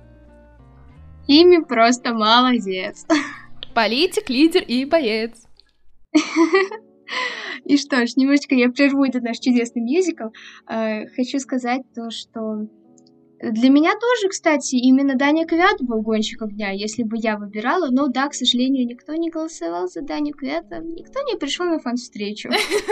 A: Кими просто молодец.
B: Политик, лидер и боец.
A: И что ж, немножечко я прерву этот наш чудесный мюзикл. Э, хочу сказать то, что для меня тоже, кстати, именно Даня Квят был гонщиком дня, если бы я выбирала. Но да, к сожалению, никто не голосовал за Даню Квята, никто не пришел на фан-встречу.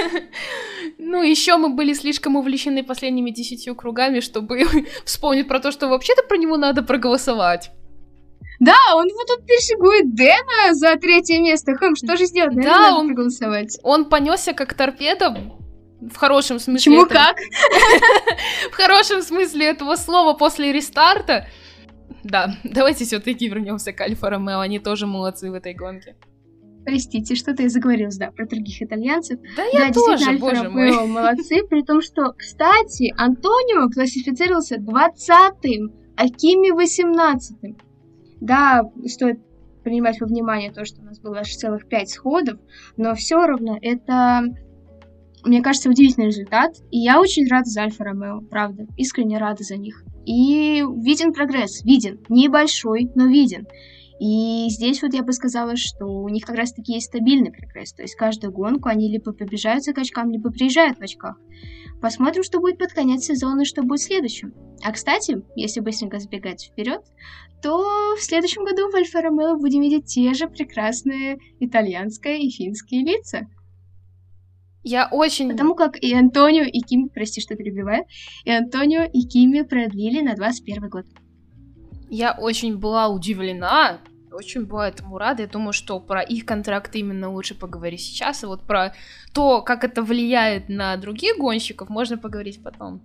B: Ну, еще мы были слишком увлечены последними десятью кругами, чтобы вспомнить про то, что вообще-то про него надо проголосовать.
A: Да, он вот тут перешагует Дэна за третье место. Хм, что же сделать? Наверное,
B: да,
A: надо
B: он,
A: проголосовать.
B: Он понесся как торпеда, в хорошем смысле.
A: Почему
B: этого...
A: как?
B: В хорошем смысле этого слова после рестарта. Да, давайте все-таки вернемся к Альфа-Ромео, они тоже молодцы в этой гонке.
A: Простите, что-то я заговорилась, да, про других итальянцев.
B: Да, я
A: да,
B: тоже, боже мой.
A: Молодцы, при том, что, кстати, Антонио классифицировался двадцатым, а Кими восемнадцатым. Да, стоит принимать во внимание то, что у нас было аж целых пять сходов, но все равно это, мне кажется, удивительный результат. И я очень рада за Альфа-Ромео, правда, искренне рада за них. И виден прогресс, виден, небольшой, но виден. И здесь вот я бы сказала, что у них как раз-таки есть стабильный прогресс. То есть каждую гонку они либо побежаются к очкам, либо приезжают в очках. Посмотрим, что будет под конец сезона и что будет в следующем. А, кстати, если быстренько сбегать вперед, то в следующем году в Альфа-Ромео будем видеть те же прекрасные итальянские и финские лица.
B: Я очень...
A: Потому как и Антонио, и Кими, прости, что перебиваю, и Антонио, и Кими продлили на двадцать первый год.
B: Я очень была удивлена, очень была этому рада. Я думаю, что про их контракт именно лучше поговорить сейчас, а вот про то, как это влияет на других гонщиков, можно поговорить потом.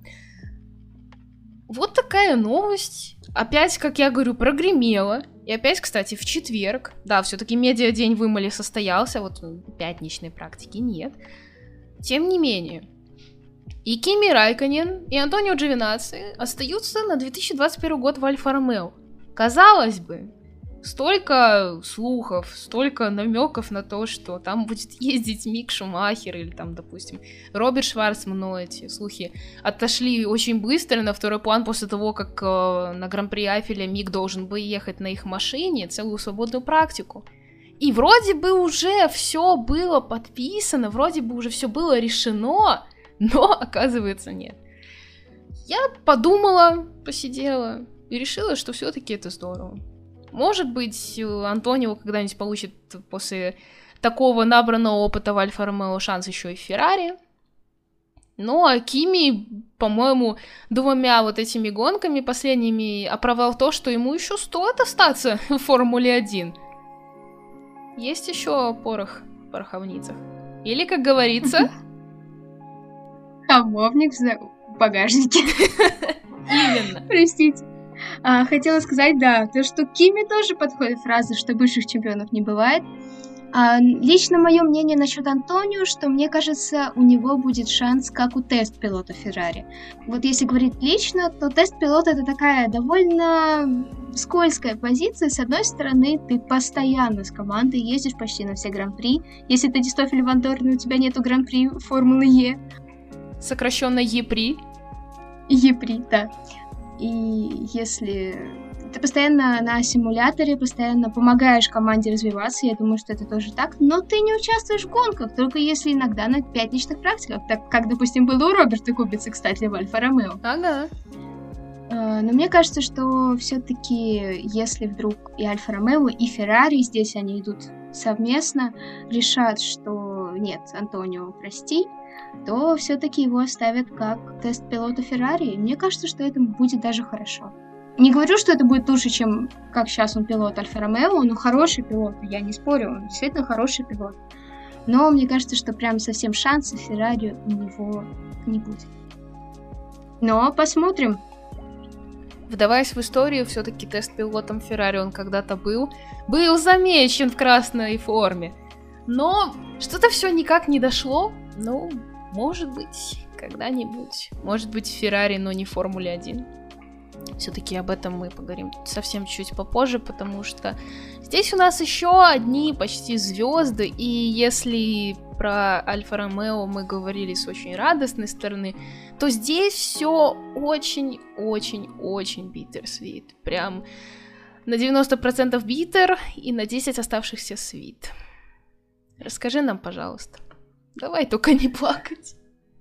B: Вот такая новость. Опять, как я говорю, прогремела. И опять, кстати, в четверг. Да, все-таки медиадень в Имоле состоялся, вот пятничной практики нет. Тем не менее, и Кими Райконен, и Антонио Джиовинаци остаются на две тысячи двадцать первый год в Альфа-Ромео. Казалось бы, столько слухов, столько намеков на то, что там будет ездить Мик Шумахер или там, допустим, Роберт Шварцман, но эти слухи отошли очень быстро на второй план после того, как э, на Гран-при Айфеля Мик должен был ехать на их машине целую свободную практику. И вроде бы уже все было подписано, вроде бы уже все было решено, но, оказывается, нет. Я подумала, посидела и решила, что все-таки это здорово. Может быть, Антонио когда-нибудь получит после такого набранного опыта в Альфа-Ромео шанс еще и в Феррари. Ну, а Кими, по-моему, двумя вот этими гонками последними оправдал то, что ему еще стоит остаться в Формуле один. Есть еще порох в пороховницах. Или, как говорится...
A: Хамовник в багажнике.
B: Именно.
A: Простите. А, хотела сказать, да, то, что Кими тоже подходит фраза, что бывших чемпионов не бывает. А лично мое мнение насчет Антонио, что мне кажется, у него будет шанс, как у тест-пилота Феррари. Вот если говорить лично, то тест-пилот это такая довольно скользкая позиция. С одной стороны, ты постоянно с командой ездишь почти на все гран-при. Если ты Дистофель Ван Дорн, у тебя нету гран-при Формулы Е.
B: Сокращенно Е-при.
A: Е-при, да. И если ты постоянно на симуляторе, постоянно помогаешь команде развиваться, я думаю, что это тоже так, но ты не участвуешь в гонках, только если иногда на пятничных практиках, так как, допустим, было у Роберта Кубицы, кстати, в Альфа-Ромео.
B: Ага.
A: Но мне кажется, что все-таки, если вдруг и Альфа-Ромео, и Феррари, здесь они идут совместно, решат, что нет, Антонио, прости, то все-таки его оставят как тест-пилота Феррари. Мне кажется, что это будет даже хорошо. Не говорю, что это будет лучше, чем как сейчас он пилот Альфа-Ромео, он хороший пилот, я не спорю, он действительно хороший пилот. Но мне кажется, что прям совсем шансов Феррари у него не будет. Но посмотрим.
B: Вдаваясь в историю, все-таки тест-пилотом Феррари он когда-то был. Был замечен в красной форме. Но что-то все никак не дошло. Ну, может быть, когда-нибудь. Может быть, Феррари, но не в Формуле один. Все-таки об этом мы поговорим совсем чуть попозже, потому что здесь у нас еще одни почти звезды, и если про Альфа-Ромео мы говорили с очень радостной стороны, то здесь все очень-очень-очень биттер-свит. Прям на девяносто процентов биттер и на десять процентов оставшихся свит. Расскажи нам, пожалуйста. Давай только не плакать.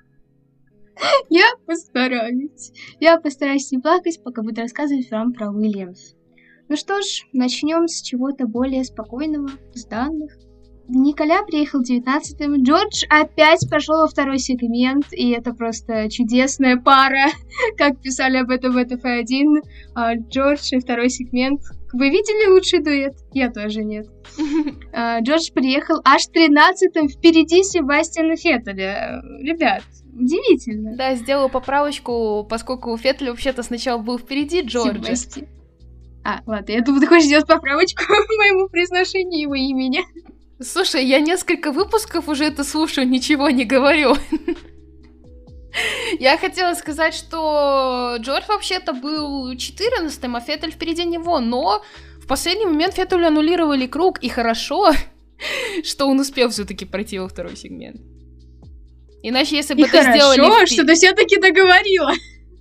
A: Я постараюсь. Я постараюсь не плакать, пока буду рассказывать вам про Уильямс. Ну что ж, начнем с чего-то более спокойного, с данных. Николя приехал девятнадцатым, Джордж опять пошел во второй сегмент, и это просто чудесная пара, как писали об этом в эф эф один. А Джордж и второй сегмент. Вы видели лучший дуэт? Я тоже нет. А, Джордж приехал аж тринадцатым впереди Себастьяна Феттеля. Ребят, удивительно.
B: Да, сделаю поправочку, поскольку Феттель вообще-то сначала был впереди Джорджа.
A: Себасти... А, ладно, я думаю, ты хочешь сделать поправочку к моему произношению его имени.
B: Слушай, я несколько выпусков уже это слушаю, ничего не говорю. Я хотела сказать, что Джордж вообще-то был четырнадцатым, а Феттель впереди него, но в последний момент Феттелю аннулировали круг, и хорошо, что он успел все-таки пройти во второй сегмент. Иначе, если бы
A: и
B: это
A: хорошо,
B: сделали...
A: хорошо, что ты все-таки договорила.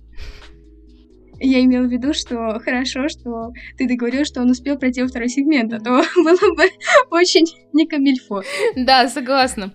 A: Я имела в виду, что хорошо, что ты договорил, что он успел пройти во второй сегмент, а то было бы очень не камильфо.
B: Да, согласна.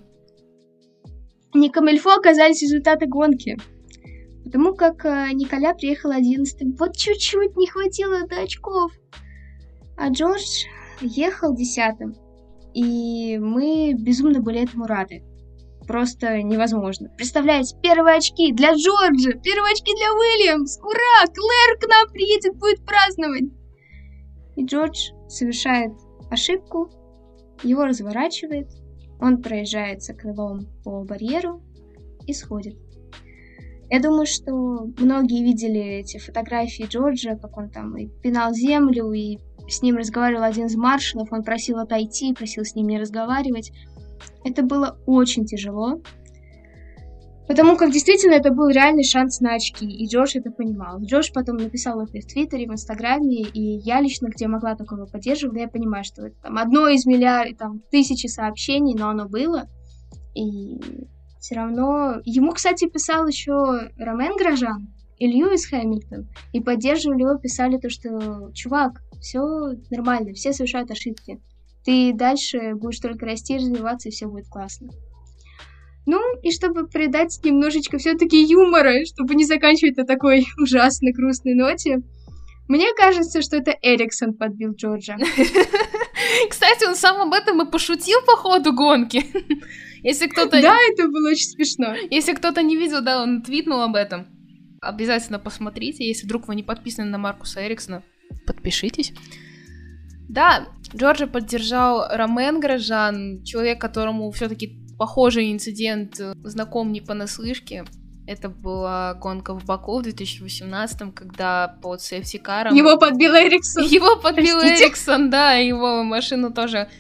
A: Не камильфо оказались результаты гонки. Потому как э, Николя приехал одиннадцатым. Вот чуть-чуть не хватило до очков. А Джордж ехал десятым. И мы безумно были этому рады. Просто невозможно. Представляете, первые очки для Джорджа, первые очки для Уильямс. Ура! Клэр к нам приедет, будет праздновать. И Джордж совершает ошибку, его разворачивает, он проезжается крылом по барьеру и сходит. Я думаю, что многие видели эти фотографии Джорджа, как он там и пинал землю, и с ним разговаривал один из маршалов, он просил отойти, просил с ним не разговаривать. Это было очень тяжело, потому как действительно это был реальный шанс на очки, и Джордж это понимал. Джордж потом написал это в Твиттере, в Инстаграме, и я лично, где могла, только его поддерживала. Я понимаю, что это там одно из миллиардов, там, тысячи сообщений, но оно было, и все равно... Ему, кстати, писал еще Ромен Гражан и Льюис Хэмилтон, и поддерживали его, писали то, что чувак, все нормально, все совершают ошибки. Ты дальше будешь только расти, развиваться, и все будет классно. Ну, и чтобы придать немножечко все-таки юмора, чтобы не заканчивать на такой ужасно грустной ноте, мне кажется, что это Эриксон подбил Джорджа.
B: Кстати, он сам об этом и пошутил по ходу гонки. Если кто-то...
A: Да, это было очень смешно.
B: Если кто-то не видел, да, он твитнул об этом. Обязательно посмотрите. Если вдруг вы не подписаны на Маркуса Эриксона, подпишитесь. Да, Джорджа поддержал Ромен Гражан, человек, которому все-таки похожий инцидент знаком не понаслышке. Это была гонка в Баку в две тысячи восемнадцатом, когда под сейфти-каром...
A: Его подбил Эриксон.
B: Его подбил Простите. Эриксон, да, его машину тоже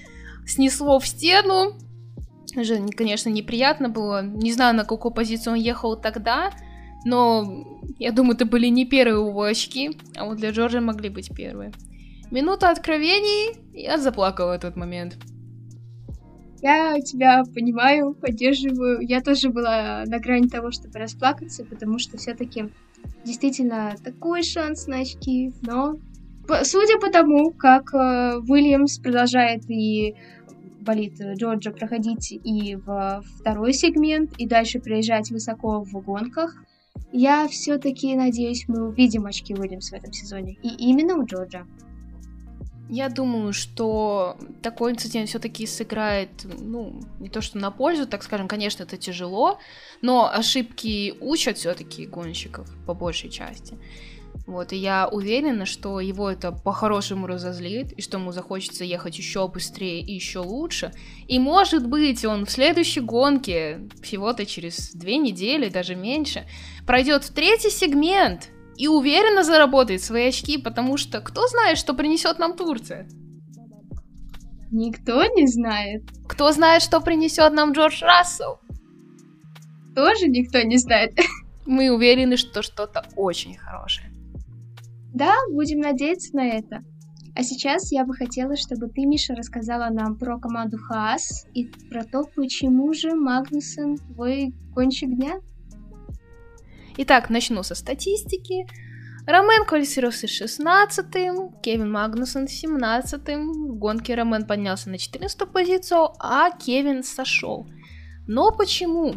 B: снесло в стену. Уже, конечно, неприятно было. Не знаю, на какую позицию он ехал тогда, но я думаю, это были не первые его очки, а вот для Джорджа могли быть первые. Минута откровений, я заплакала в этот момент.
A: Я тебя понимаю, поддерживаю. Я тоже была на грани того, чтобы расплакаться, потому что все-таки действительно такой шанс на очки. Но судя по тому, как э, Уильямс продолжает и болит Джорджа проходить и в второй сегмент, и дальше проезжать высоко в гонках, я все-таки надеюсь, мы увидим очки Уильямс в этом сезоне. И именно у Джорджа.
B: Я думаю, что такой инцидент все-таки сыграет, ну, не то что на пользу, так скажем, конечно, это тяжело, но ошибки учат все-таки гонщиков по большей части. Вот, и я уверена, что его это по-хорошему разозлит, и что ему захочется ехать еще быстрее и еще лучше. И, может быть, он в следующей гонке, всего-то через две недели, даже меньше, пройдет в третий сегмент и уверенно заработает свои очки, потому что кто знает, что принесет нам Турция?
A: Никто не знает.
B: Кто знает, что принесет нам Джордж Рассел?
A: Тоже никто не знает.
B: Мы уверены, что что-то очень хорошее.
A: Да, будем надеяться на это. А сейчас я бы хотела, чтобы ты, Миша, рассказала нам про команду Хаас и про то, почему же Магнуссен твой гонщик дня.
B: Итак, начну со статистики. Ромен квалифицировался шестнадцатым, Кевин Магнуссен семнадцатым. В гонке Ромен поднялся на четырнадцатую позицию, а Кевин сошел. Но почему?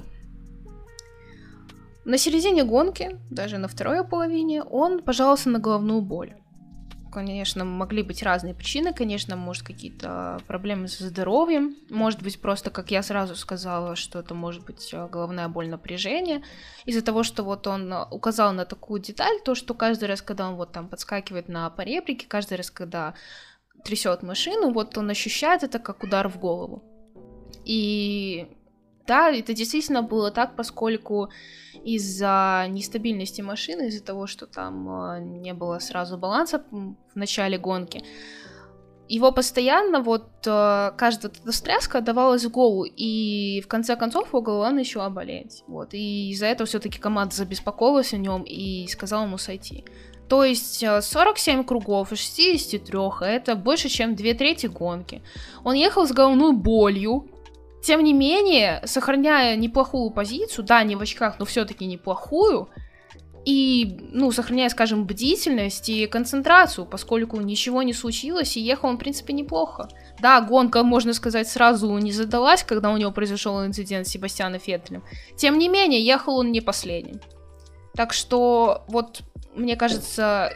B: На середине гонки, даже на второй половине, он пожаловался на головную боль. Конечно, могли быть разные причины, конечно, может, какие-то проблемы со здоровьем, может быть, просто, как я сразу сказала, что это может быть головная боль, напряжение, из-за того, что вот он указал на такую деталь, то, что каждый раз, когда он вот там подскакивает на поребрике, каждый раз, когда трясет машину, вот он ощущает это как удар в голову. И да, это действительно было так, поскольку из-за нестабильности машины, из-за того, что там э, не было сразу баланса в начале гонки, его постоянно вот э, каждая эта встряска отдавалась в голову, и в конце концов его голова начала болеть. Вот, и из-за этого все-таки команда забеспокоилась о нем и сказала ему сойти. То есть сорок семь кругов из шестидесяти трёх, это больше, чем две трети гонки. Он ехал с головной болью. Тем не менее, сохраняя неплохую позицию, да, не в очках, но все-таки неплохую, и, ну, сохраняя, скажем, бдительность и концентрацию, поскольку ничего не случилось, и ехал он, в принципе, неплохо. Да, гонка, можно сказать, сразу не задалась, когда у него произошел инцидент с Себастьяном Феттелем. Тем не менее, ехал он не последним. Так что, вот, мне кажется...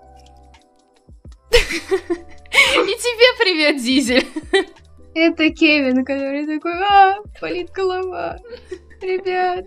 B: И тебе привет, Дизель!
A: Это Кевин, который такой, а, болит голова. Ребят.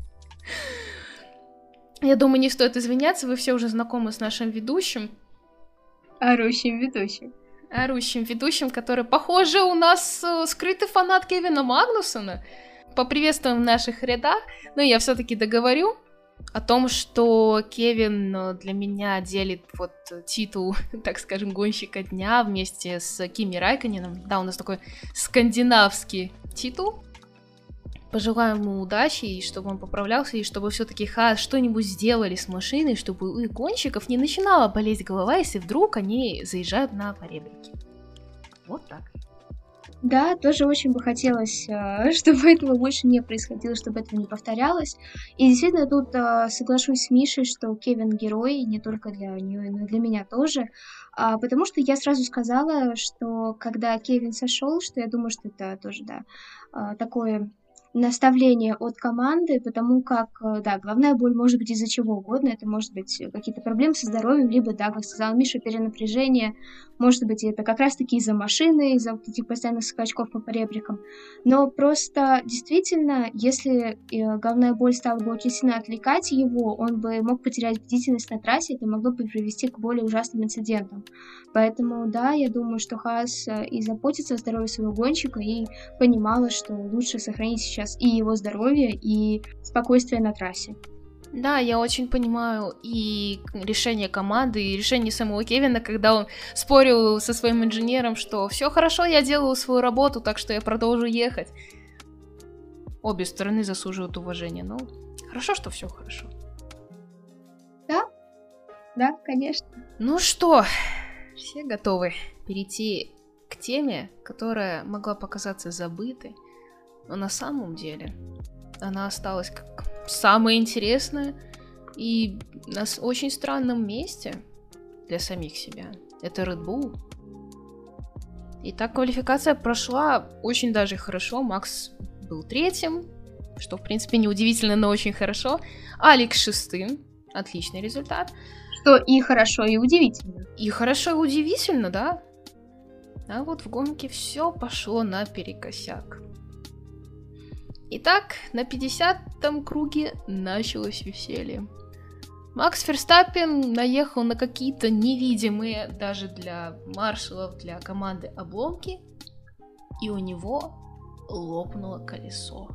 B: Я думаю, не стоит извиняться, вы все уже знакомы с нашим ведущим.
A: Орущим ведущим.
B: Орущим ведущим, который, похоже, у нас э, скрытый фанат Кевина Магнуссена. Поприветствуем в наших рядах. Но я все-таки договорю о том, что Кевин для меня делит вот титул, так скажем, гонщика дня вместе с Кими Райконеном. Да, у нас такой скандинавский титул. Пожелаем ему удачи, и чтобы он поправлялся, и чтобы все-таки Хаас что-нибудь сделали с машиной, чтобы у гонщиков не начинала болеть голова, если вдруг они заезжают на поребрики. Вот так.
A: Да, тоже очень бы хотелось, чтобы этого больше не происходило, чтобы этого не повторялось. И действительно, тут соглашусь с Мишей, что Кевин герой не только для нее, но и для меня тоже. Потому что я сразу сказала, что когда Кевин сошел, что я думаю, что это тоже, да, такое наставление от команды, потому как, да, головная боль может быть из-за чего угодно, это может быть какие-то проблемы со здоровьем, либо, да, как сказала Миша, перенапряжение, может быть, это как раз-таки из-за машины, из-за вот этих постоянных скачков по поребрикам, но просто действительно, если головная боль стала бы очень сильно отвлекать его, он бы мог потерять бдительность на трассе, это могло бы привести к более ужасным инцидентам. Поэтому, да, я думаю, что Хаас и заботится о здоровье своего гонщика, и понимала, что лучше сохранить сейчас и его здоровье, и спокойствие на трассе.
B: Да, я очень понимаю и решение команды, и решение самого Кевина, когда он спорил со своим инженером, что все хорошо, я делаю свою работу, так что я продолжу ехать. Обе стороны заслуживают уважения, но хорошо, что все хорошо.
A: Да, да, конечно.
B: Ну что, все готовы перейти к теме, которая могла показаться забытой, но на самом деле она осталась как самое интересное и на очень странном месте для самих себя. Это Red Bull. Итак, квалификация прошла очень даже хорошо. Макс был третьим, что, в принципе, неудивительно, но очень хорошо. Алекс шестым. Отличный результат.
A: Что и хорошо, и удивительно.
B: И хорошо, и удивительно, да? А вот в гонке все пошло наперекосяк. Итак, на пятидесятом круге началось веселье. Макс Ферстаппен наехал на какие-то невидимые даже для маршалов, для команды обломки, и у него лопнуло колесо.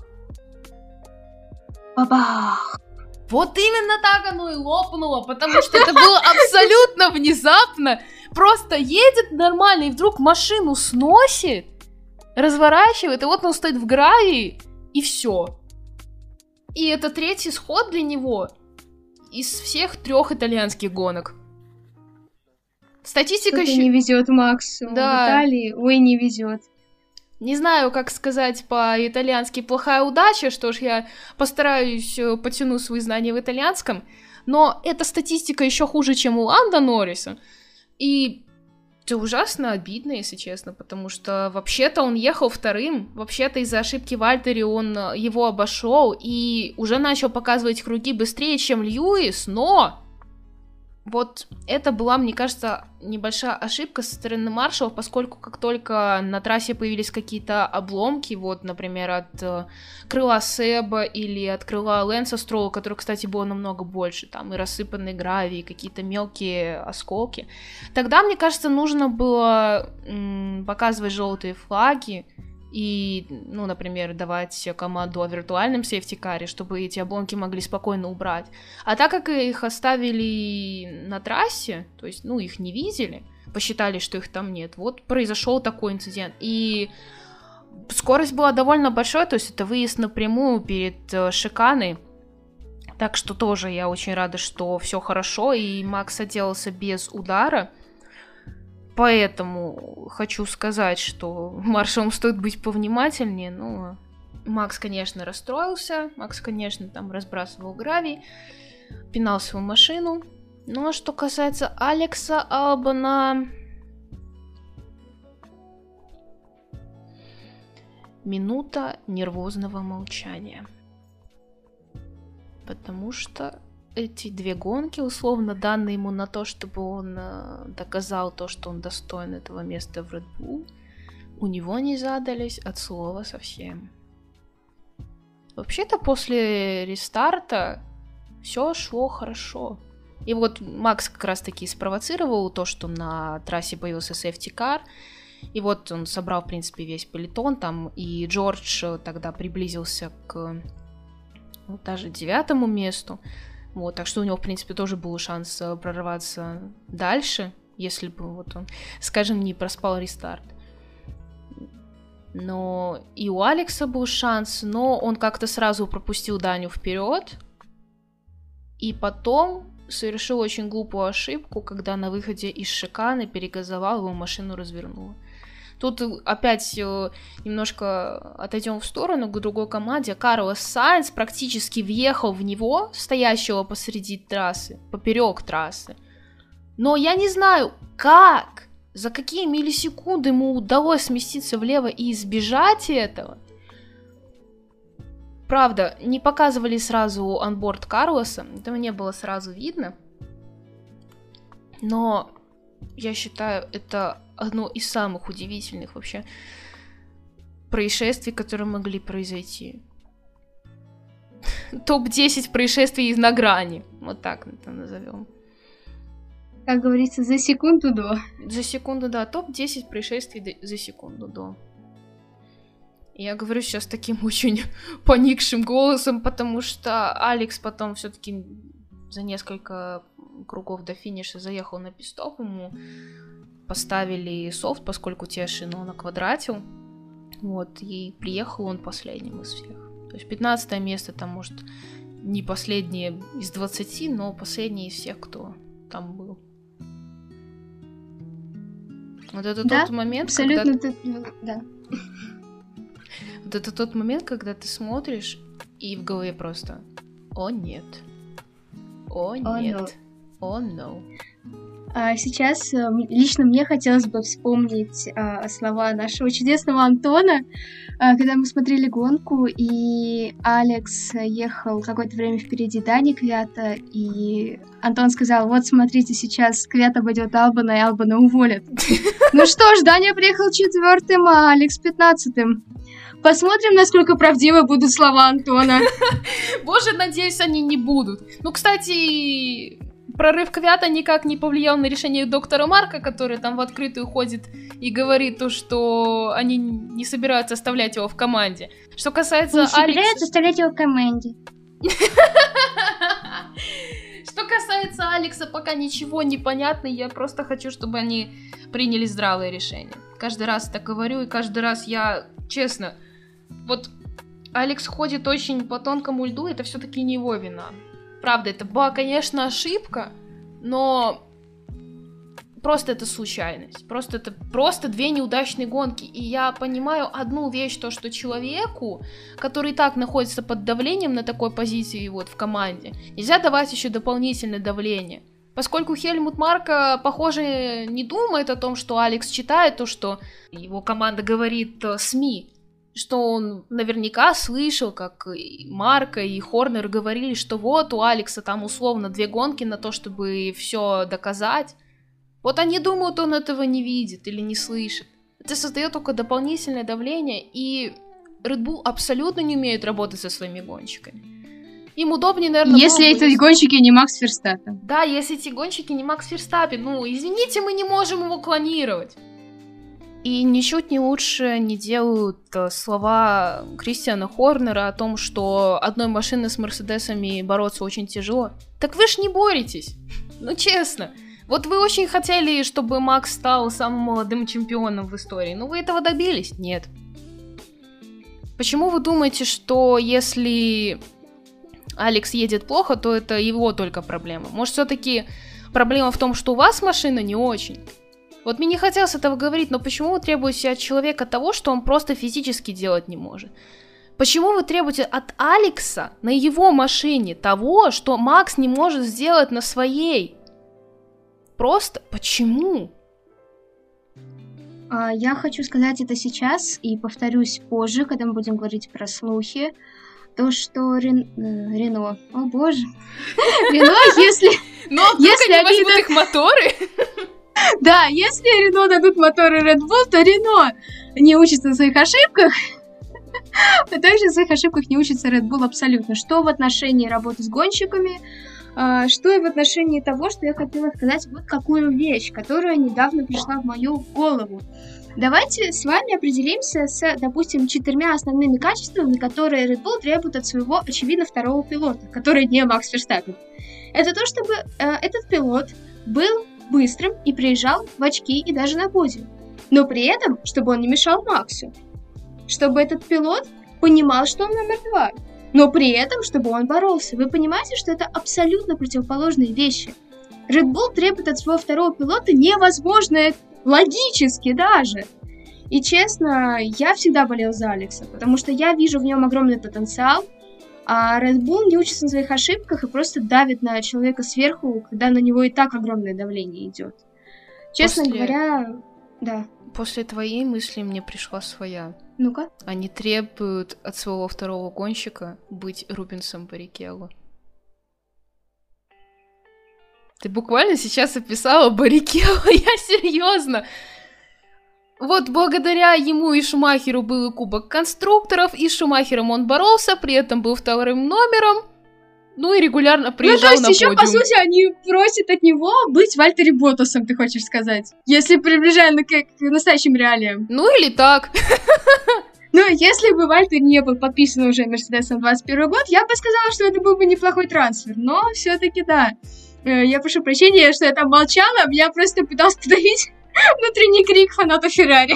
A: Бабах!
B: Вот именно так оно и лопнуло, потому что это было абсолютно внезапно. Просто едет нормально, и вдруг машину сносит, разворачивает, и вот он стоит в гравии, и все. И это третий сход для него из всех трех итальянских гонок. Статистика
A: Что-то
B: еще...
A: не везет Максу.
B: Да.
A: В Италии, ой, не везет.
B: Не знаю, как сказать по-итальянски плохая удача, что ж я постараюсь потяну свои знания в итальянском, но эта статистика еще хуже, чем у Ландо Норриса. И это ужасно обидно, если честно, потому что вообще-то он ехал вторым, вообще-то из-за ошибки Вальтери он его обошел и уже начал показывать круги быстрее, чем Льюис, но вот это была, мне кажется, небольшая ошибка со стороны маршалов, поскольку как только на трассе появились какие-то обломки, вот, например, от э, крыла Себа или от крыла Лэнса Строула, который, кстати, было намного больше, там и рассыпанный гравий, и какие-то мелкие осколки, тогда, мне кажется, нужно было м- показывать желтые флаги и, ну, например, давать команду о виртуальном сейфтикаре, чтобы эти обломки могли спокойно убрать. А так как их оставили на трассе, то есть, ну, их не видели, посчитали, что их там нет, вот произошел такой инцидент. И скорость была довольно большой, то есть это выезд напрямую перед э, шиканой. Так что тоже я очень рада, что все хорошо, и Макс отделался без удара. Поэтому хочу сказать, что маршалам стоит быть повнимательнее. Ну, Макс, конечно, расстроился. Макс, конечно, там разбрасывал гравий, пинал свою машину. Ну, а что касается Алекса Албана... Минута нервозного молчания. Потому что эти две гонки, условно, данные ему на то, чтобы он э, доказал то, что он достоин этого места в Red Bull, у него не задались от слова совсем. Вообще-то после рестарта все шло хорошо. И вот Макс как раз-таки спровоцировал то, что на трассе появился сейфти-кар, и вот он собрал, в принципе, весь пелотон там, и Джордж тогда приблизился к ну, даже девятому месту. Вот, так что у него, в принципе, тоже был шанс прорваться дальше, если бы вот он, скажем, не проспал рестарт. Но и у Алекса был шанс, но он как-то сразу пропустил Даню вперед, и потом совершил очень глупую ошибку, когда на выходе из шиканы перегазовал, его машину развернуло. Тут опять немножко отойдем в сторону к другой команде. Карлос Сайнс практически въехал в него, стоящего посреди трассы, поперек трассы. Но я не знаю, как, за какие миллисекунды ему удалось сместиться влево и избежать этого. Правда, не показывали сразу анборд Карлоса, этого не было сразу видно. Но я считаю, это одно из самых удивительных вообще происшествий, которые могли произойти. топ десять происшествий на грани. Вот так это назовем.
A: Как говорится, за секунду до.
B: За секунду, да. топ десять происшествий за секунду до. Я говорю сейчас таким очень поникшим голосом, потому что Алекс потом все-таки за несколько кругов до финиша заехал на пит-стоп, ему поставили софт, поскольку те шины он оквадратил. Вот, и приехал он последним из всех. То есть пятнадцатое место там, может, не последнее из двадцати, но последнее из всех, кто там был. Вот это да, тот момент,
A: абсолютно
B: когда...
A: ты... да.
B: Вот это тот момент, когда ты смотришь, и в голове просто «О, нет! О, нет! О, no!»
A: А сейчас лично мне хотелось бы вспомнить а, слова нашего чудесного Антона, а, когда мы смотрели гонку, и Алекс ехал какое-то время впереди Дани Квята, и Антон сказал: вот смотрите, сейчас Квят обойдет Албана, и Албана уволят. Ну что ж, Даня приехал четвертым, а Алекс пятнадцатым. Посмотрим, насколько правдивы будут слова Антона.
B: Боже, надеюсь, они не будут. Ну, кстати, прорыв Квята никак не повлиял на решение доктора Марка, который там в открытую ходит и говорит то, что они не собираются оставлять его в команде. Что касается
A: не
B: Алекса...
A: собираются оставлять его в команде.
B: Что касается Алекса, пока ничего не понятно, я просто хочу, чтобы они приняли здравое решение. Каждый раз так говорю, и каждый раз я, честно, вот Алекс ходит очень по тонкому льду, это все-таки не его вина. Правда, это была, конечно, ошибка, но просто это случайность. Просто это просто две неудачные гонки. И я понимаю одну вещь, то, что человеку, который и так находится под давлением на такой позиции вот в команде, нельзя давать еще дополнительное давление. Поскольку Хельмут Марко, похоже, не думает о том, что Алекс читает то, что его команда говорит СМИ, что он наверняка слышал, как и Марко и Хорнер говорили, что вот у Алекса там условно две гонки на то, чтобы все доказать. Вот они думают, он этого не видит или не слышит. Это создает только дополнительное давление, и Red Bull абсолютно не умеет работать со своими гонщиками. Им удобнее, наверное...
A: Если эти если... гонщики не Макс Ферстаппен.
B: Да, если эти гонщики не Макс Ферстаппен, ну, извините, мы не можем его клонировать. И ничуть не лучше не делают слова Кристиана Хорнера о том, что одной машиной с Мерседесами бороться очень тяжело. Так вы ж не боретесь, ну честно. Вот вы очень хотели, чтобы Макс стал самым молодым чемпионом в истории, но вы этого добились? Нет. Почему вы думаете, что если Алекс едет плохо, то это его только проблема? Может, все-таки проблема в том, что у вас машина не очень? Вот мне не хотелось этого говорить, но почему вы требуете от человека того, что он просто физически делать не может? Почему вы требуете от Алекса на его машине того, что Макс не может сделать на своей? Просто почему?
A: А, я хочу сказать это сейчас и повторюсь позже, когда мы будем говорить про слухи. То, что Рен... э, Рено... О боже. Рено, если...
B: Но если они возьмут их моторы...
A: Да, если Рено дадут моторы Red Bull, то Рено не учится на своих ошибках, а также на своих ошибках не учится Red Bull абсолютно. Что в отношении работы с гонщиками, что и в отношении того, что я хотела сказать вот какую вещь, которая недавно пришла в мою голову. Давайте с вами определимся с, допустим, четырьмя основными качествами, которые Red Bull требует от своего, очевидно, второго пилота, который не Макс Ферстаппен. Это то, чтобы э, этот пилот был быстрым и приезжал в очки и даже на подиум. Но при этом, чтобы он не мешал Максу. Чтобы этот пилот понимал, что он номер два. Но при этом, чтобы он боролся. Вы понимаете, что это абсолютно противоположные вещи. Red Bull требует от своего второго пилота невозможное логически даже. И честно, я всегда болел за Алекса, потому что я вижу в нем огромный потенциал, а Red Bull не учится на своих ошибках и просто давит на человека сверху, когда на него и так огромное давление идет. Честно После... говоря, да.
B: После твоей мысли мне пришла своя.
A: Ну-ка.
B: Они требуют от своего второго гонщика быть Рубенсом Баррикелло. Ты буквально сейчас описала Баррикелло, я серьезно. Вот благодаря ему и Шумахеру был и Кубок конструкторов, и с Шумахером он боролся, при этом был вторым номером, ну и регулярно приезжал на подиум. Ну, то есть еще,
A: по сути, они просят от него быть Вальтери Боттасом, ты хочешь сказать? Если приближаем к, к настоящим реалиям.
B: Ну или так.
A: Ну Но если бы Вальтер не был подписан уже Мерседесом двадцать первый год, я бы сказала, что это был бы неплохой трансфер. Но все-таки да. Я прошу прощения, что я там молчала, я просто пыталась подавить внутренний крик фаната Феррари.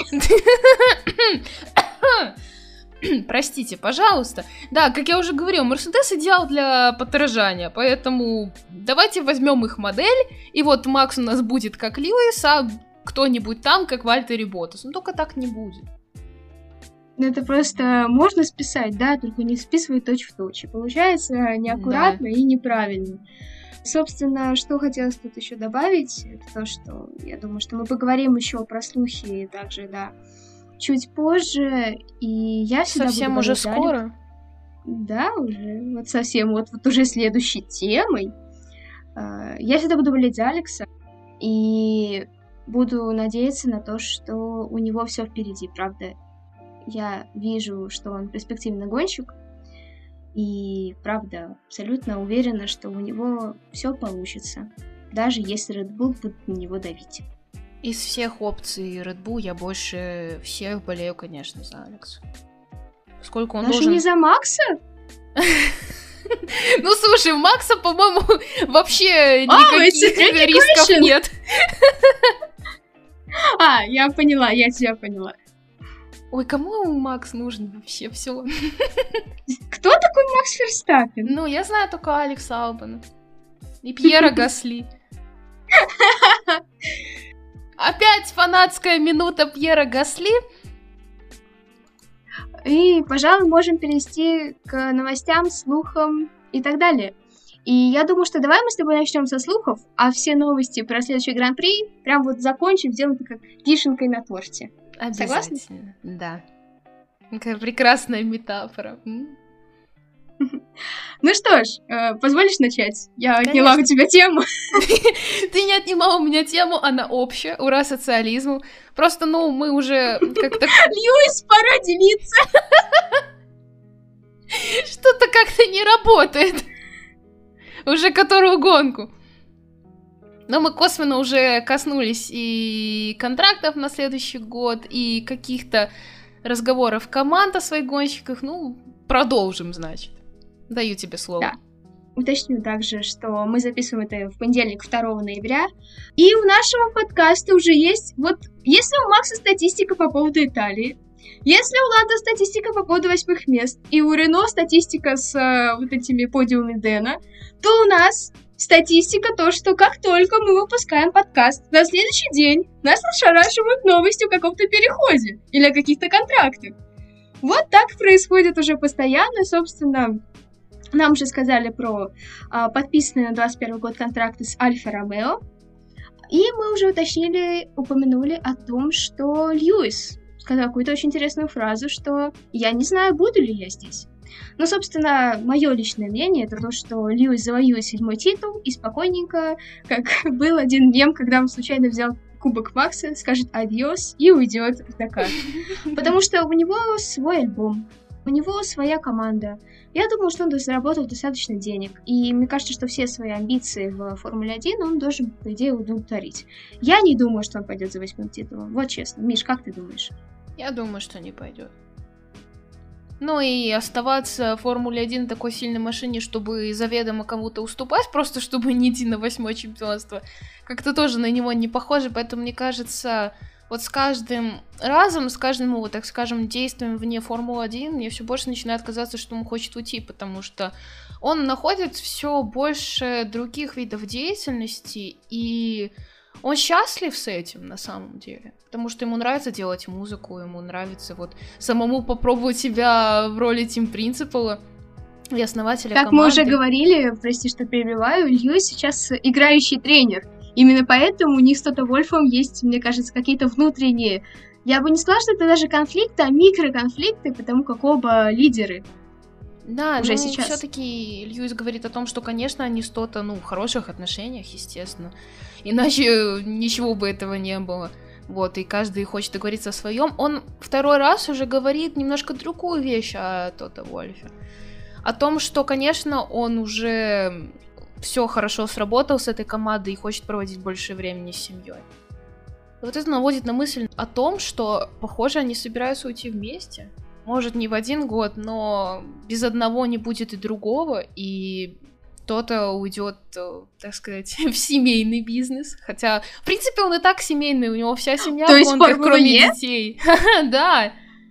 B: Простите, пожалуйста. Да, как я уже говорила, Мерседес идеал для подражания, поэтому давайте возьмем их модель, и вот Макс у нас будет как Льюис, а кто-нибудь там как Вальтери Ботас. Ну только так не будет.
A: Это просто можно списать, да, только не списывай точь в точь. Получается неаккуратно, да, и неправильно. Собственно, что хотелось тут еще добавить, это то, что я думаю, что мы поговорим еще про слухи также, да, чуть позже. И я всегда
B: совсем
A: буду
B: уже
A: говорить,
B: скоро?
A: Да, уже, вот совсем, вот, вот уже следующей темой. Я всегда буду болеть за Алекса, и буду надеяться на то, что у него все впереди, правда. Я вижу, что он перспективный гонщик, и, правда, абсолютно уверена, что у него все получится, даже если Red Bull будет на него давить.
B: Из всех опций Red Bull я больше всех болею, конечно, за Алекса. Сколько он
A: даже
B: должен...
A: не за Макса?
B: Ну, слушай, у Макса, по-моему, вообще никаких рисков нет.
A: А, я поняла, я тебя поняла.
B: Ой, кому Макс нужен вообще? Все.
A: Кто такой Макс Ферстаппен?
B: Ну, я знаю только Алекса Албана и Пьера Гасли. Опять фанатская минута Пьера Гасли.
A: И, пожалуй, можем перейти к новостям, слухам и так далее. И я думаю, что давай мы с тобой начнем со слухов, а все новости про следующий Гран-при прям вот закончим, сделаем это как вишенкой на торте.
B: Обязательно. Согласна? Да. Какая прекрасная метафора.
A: Ну что ж, позволишь начать? Я отняла у тебя тему.
B: Ты не отнимала у меня тему, она общая, ура социализму. Просто, ну, мы уже как-то...
A: Льюис, пора делиться!
B: Что-то как-то не работает. Уже которую гонку. Но мы косвенно уже коснулись и контрактов на следующий год, и каких-то разговоров команд о своих гонщиках. Ну, продолжим, значит. Даю тебе слово.
A: Да. Уточню также, что мы записываем это в понедельник, второго ноября. И у нашего подкаста уже есть... Вот, если у Макса статистика по поводу Италии, если у Ландо статистика по поводу восьмых мест, и у Рено статистика с э, вот этими подиумами Дэна, то у нас... статистика то, что как только мы выпускаем подкаст, на следующий день нас ошарашивают новостью о каком-то переходе или о каких-то контрактах. Вот так происходит уже постоянно. Собственно, нам уже сказали про а, подписанные на двадцать первый год контракты с Альфа Ромео. И мы уже уточнили, упомянули о том, что Льюис сказал какую-то очень интересную фразу, что «я не знаю, буду ли я здесь». Ну, собственно, мое личное мнение, это то, что Льюис завоюет седьмой титул и спокойненько, как был один мем, когда он случайно взял кубок Макса, скажет адьос и уйдет в Дакар. Потому что у него свой альбом, у него своя команда. Я думаю, что он заработал достаточно денег. И мне кажется, что все свои амбиции в Формуле один он должен, по идее, удовлетворить. Я не думаю, что он пойдет за восьмым титулом. Вот честно. Миш, как ты думаешь?
B: Я думаю, что не пойдет. Ну и оставаться в Формуле один такой сильной машине, чтобы заведомо кому-то уступать, просто чтобы не идти на восьмое чемпионство, как-то тоже на него не похоже, поэтому мне кажется, вот с каждым разом, с каждым, вот так скажем, действием вне Формулы один, мне все больше начинает казаться, что он хочет уйти, потому что он находит все больше других видов деятельности, и он счастлив с этим на самом деле. Потому что ему нравится делать музыку, ему нравится вот самому попробовать себя в роли Team Principal и основателя
A: как
B: команды.
A: Как мы уже говорили, прости, что перебиваю, Льюис сейчас играющий тренер. Именно поэтому у них с Тото Вольфом есть, мне кажется, какие-то внутренние... Я бы не сказала, что это даже конфликты, а микроконфликты, потому как оба лидеры.
B: Да,
A: уже
B: но
A: сейчас.
B: Все-таки Льюис говорит о том, что, конечно, они с Тото, ну, в хороших отношениях, естественно. Иначе ничего бы этого не было. Вот, и каждый хочет договориться о своем. Он второй раз уже говорит немножко другую вещь о Тото Вольфе. О том, что, конечно, он уже все хорошо сработал с этой командой и хочет проводить больше времени с семьей. Вот это наводит на мысль о том, что, похоже, они собираются уйти вместе. Может, не в один год, но без одного не будет и другого, и кто-то уйдет, так сказать, в семейный бизнес. Хотя, в принципе, он и так семейный, у него вся семья в гонках, кроме детей. Да.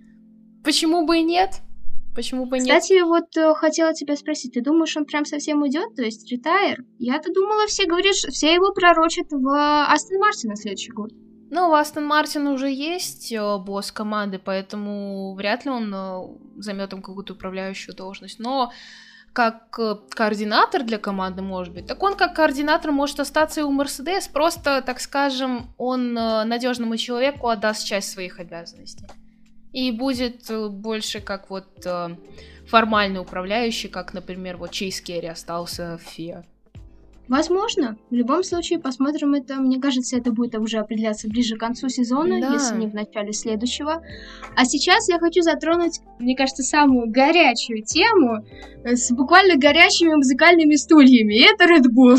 B: Почему бы и нет? Почему бы нет?
A: Кстати, вот хотела тебя спросить, ты думаешь, он прям совсем уйдет, то есть ретайр? Я-то думала, все говорят, что все его пророчат в Астон Мартин на следующий год.
B: Ну, у Астон Мартин уже есть босс команды, поэтому вряд ли он займет там какую-то управляющую должность. Но как координатор для команды, может быть, так он как координатор может остаться и у Мерседес, просто, так скажем, он надежному человеку отдаст часть своих обязанностей. И будет больше как вот формальный управляющий, как, например, вот Чейз Керри остался в ФИА.
A: Возможно. В любом случае, посмотрим это. Мне кажется, это будет уже определяться ближе к концу сезона, да. Если не в начале следующего. А сейчас я хочу затронуть, мне кажется, самую горячую тему с буквально горячими музыкальными стульями. И это Red Bull.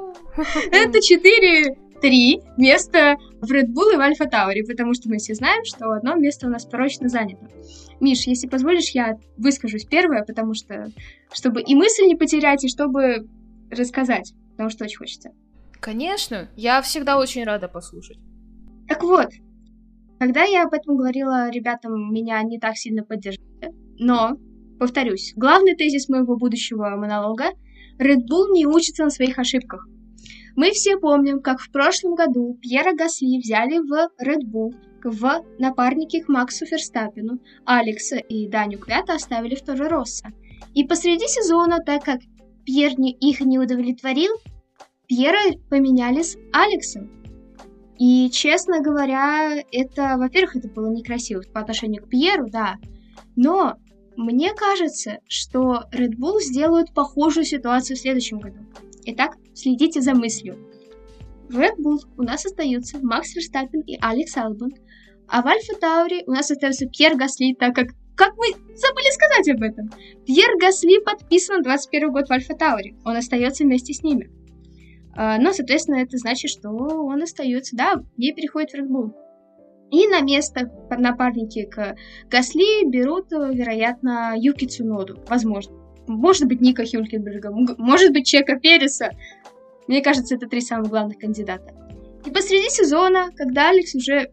A: Это четыре три места в Red Bull и в Альфа Таури, потому что мы все знаем, что одно место у нас прочно занято. Миш, если позволишь, я выскажусь первое, потому что, чтобы и мысль не потерять, и чтобы рассказать, потому что очень хочется.
B: Конечно, я всегда очень рада послушать.
A: Так вот, когда я об этом говорила ребятам, меня не так сильно поддержали, но, повторюсь, главный тезис моего будущего монолога — Red Bull не учится на своих ошибках. Мы все помним, как в прошлом году Пьера Гасли взяли в Red Bull в напарники к Максу Ферстаппену, Алекса и Даню Квята оставили в Торо Россо. И посреди сезона, так как Пьер не, их не удовлетворил, Пьера поменяли с Алексом. И, честно говоря, это, во-первых, это было некрасиво по отношению к Пьеру, да, но мне кажется, что Red Bull сделают похожую ситуацию в следующем году. Итак, следите за мыслью. В Red Bull у нас остаются Макс Ферстаппен и Алекс Албон, а в Альфа Таури у нас остается Пьер Гасли, так как, как мы забыли сказать об этом, Пьер Гасли подписан на двадцать первый год в Альфа Таури, он остается вместе с ними. А, но, соответственно, это значит, что он остается, да, не переходит в Red Bull. И на место напарники к Гасли берут, вероятно, Юки Цуноду, возможно. Может быть, Ника Хюлькенберга, может быть, Чека Переса. Мне кажется, это три самых главных кандидата. И посреди сезона, когда Алекс уже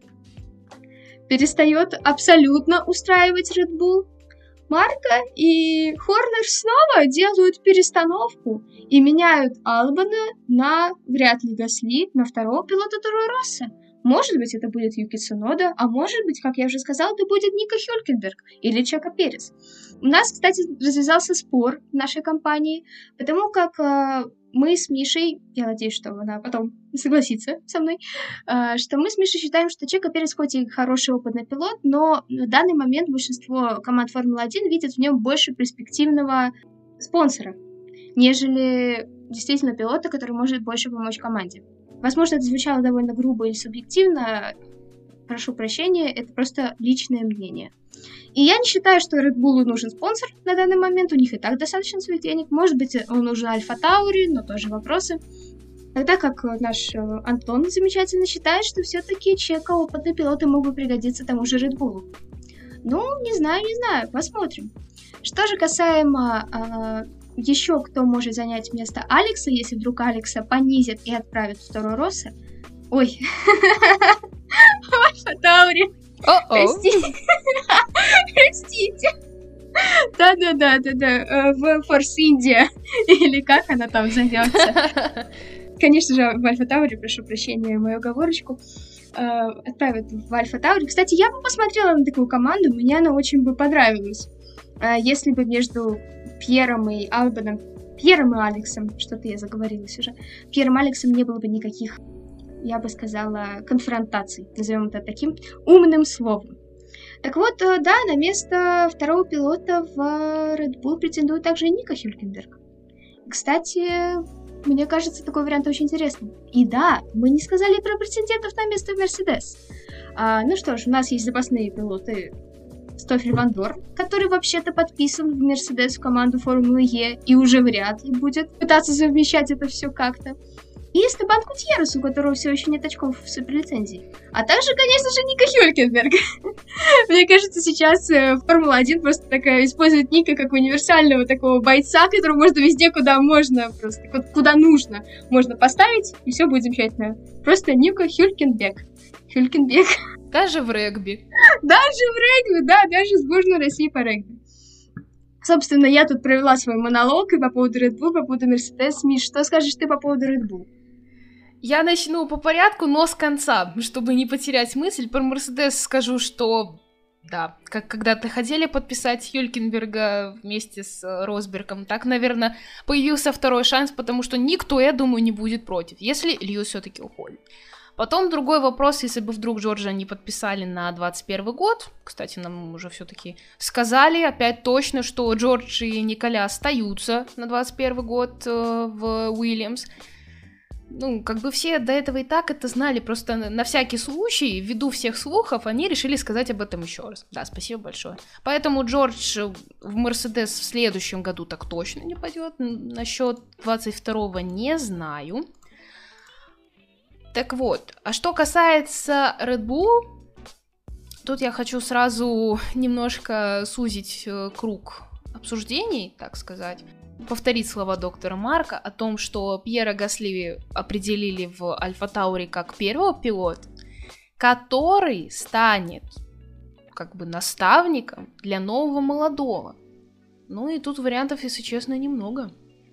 A: перестает абсолютно устраивать Red Bull, Марко и Хорнер снова делают перестановку и меняют Албана на, вряд ли, Гасли, на второго пилота Торо Россо. Может быть, это будет Юки Цунода, а может быть, как я уже сказала, это будет Ника Хюлькенберг или Чека Перес. У нас, кстати, развязался спор в нашей компании, потому как э, мы с Мишей, я надеюсь, что она потом согласится со мной, э, что мы с Мишей считаем, что Чека Перес хоть и хороший опытный пилот, но на данный момент большинство команд Формулы один видят в нем больше перспективного спонсора, нежели действительно пилота, который может больше помочь команде. Возможно, это звучало довольно грубо или субъективно. Прошу прощения, это просто личное мнение. И я не считаю, что Red Bull нужен спонсор на данный момент. У них и так достаточно своих денег. Может быть, он нужен Альфа Таури, но тоже вопросы. Тогда как наш Антон замечательно считает, что все-таки Чека опытные пилоты могут пригодиться тому же Red Bull. Ну, не знаю, не знаю, посмотрим. Что же касаемо... еще кто может занять место Алекса, если вдруг Алекса понизят и отправят в Торо Россо. Ой. Альфа Таури. Простите. Простите. Да-да-да-да-да. В Форс Индия. Или как она там зовется. Конечно же, в Альфа Таури, прошу прощения, мою оговорочку. Отправят в Альфа Таури. Кстати, я бы посмотрела на такую команду, мне она очень бы понравилась. Если бы между Пьером и Албаном, Пьером и Алексом, что-то я заговорилась уже, Пьером и Алексом не было бы никаких, я бы сказала, конфронтаций, назовем это таким умным словом. Так вот, да, на место второго пилота в Red Bull претендует также и Ника Хюлькенберг. Кстати, мне кажется, такой вариант очень интересный. И да, мы не сказали про претендентов на место в Мерседес. А, ну что ж, у нас есть запасные пилоты. Стоффель Ван Дорн, который вообще-то подписан в Мерседес в команду Формулы Е и уже вряд ли будет пытаться совмещать это все как-то. и Стебан Гутьеррес, у которого все еще нет очков в суперлицензии. А также, конечно же, Ника Хюлькенберг. Мне кажется, сейчас Формула один просто такая использует Ника как универсального такого бойца, которого можно везде, куда можно, просто куда нужно, можно поставить, и все будет замечательно. Просто Ника Хюлькенберг. Хюлькенберг.
B: Даже в регби.
A: Даже в регби, да, даже сборную России по регби. Собственно, я тут провела свой монолог и по поводу Red Bull, по поводу Mercedes. Миш, что скажешь ты по поводу Red Bull?
B: Я начну по порядку, но с конца, чтобы не потерять мысль. Про Мерседес скажу, что да, как когда-то хотели подписать Хюлькенберга вместе с Росбергом, так, наверное, появился второй шанс, потому что никто, я думаю, не будет против, если Льюис все-таки уходит. Потом другой вопрос, если бы вдруг Джорджа не подписали на двадцать первый год, кстати, нам уже все-таки сказали опять точно, что Джордж и Николя остаются на двадцать первый год э, в Уильямс. Ну, как бы все до этого и так это знали, просто на, на всякий случай, ввиду всех слухов, они решили сказать об этом еще раз. Да, спасибо большое. Поэтому Джордж в Мерседес в следующем году так точно не пойдет. Насчет двадцать второго не знаю. Так вот, а что касается Red Bull, тут я хочу сразу немножко сузить круг обсуждений, так сказать. Повторить слова доктора Марка о том, что Пьера Гасли определили в Альфа Таури как первого пилота, который станет как бы наставником для нового молодого. Ну и тут вариантов, если честно, немного.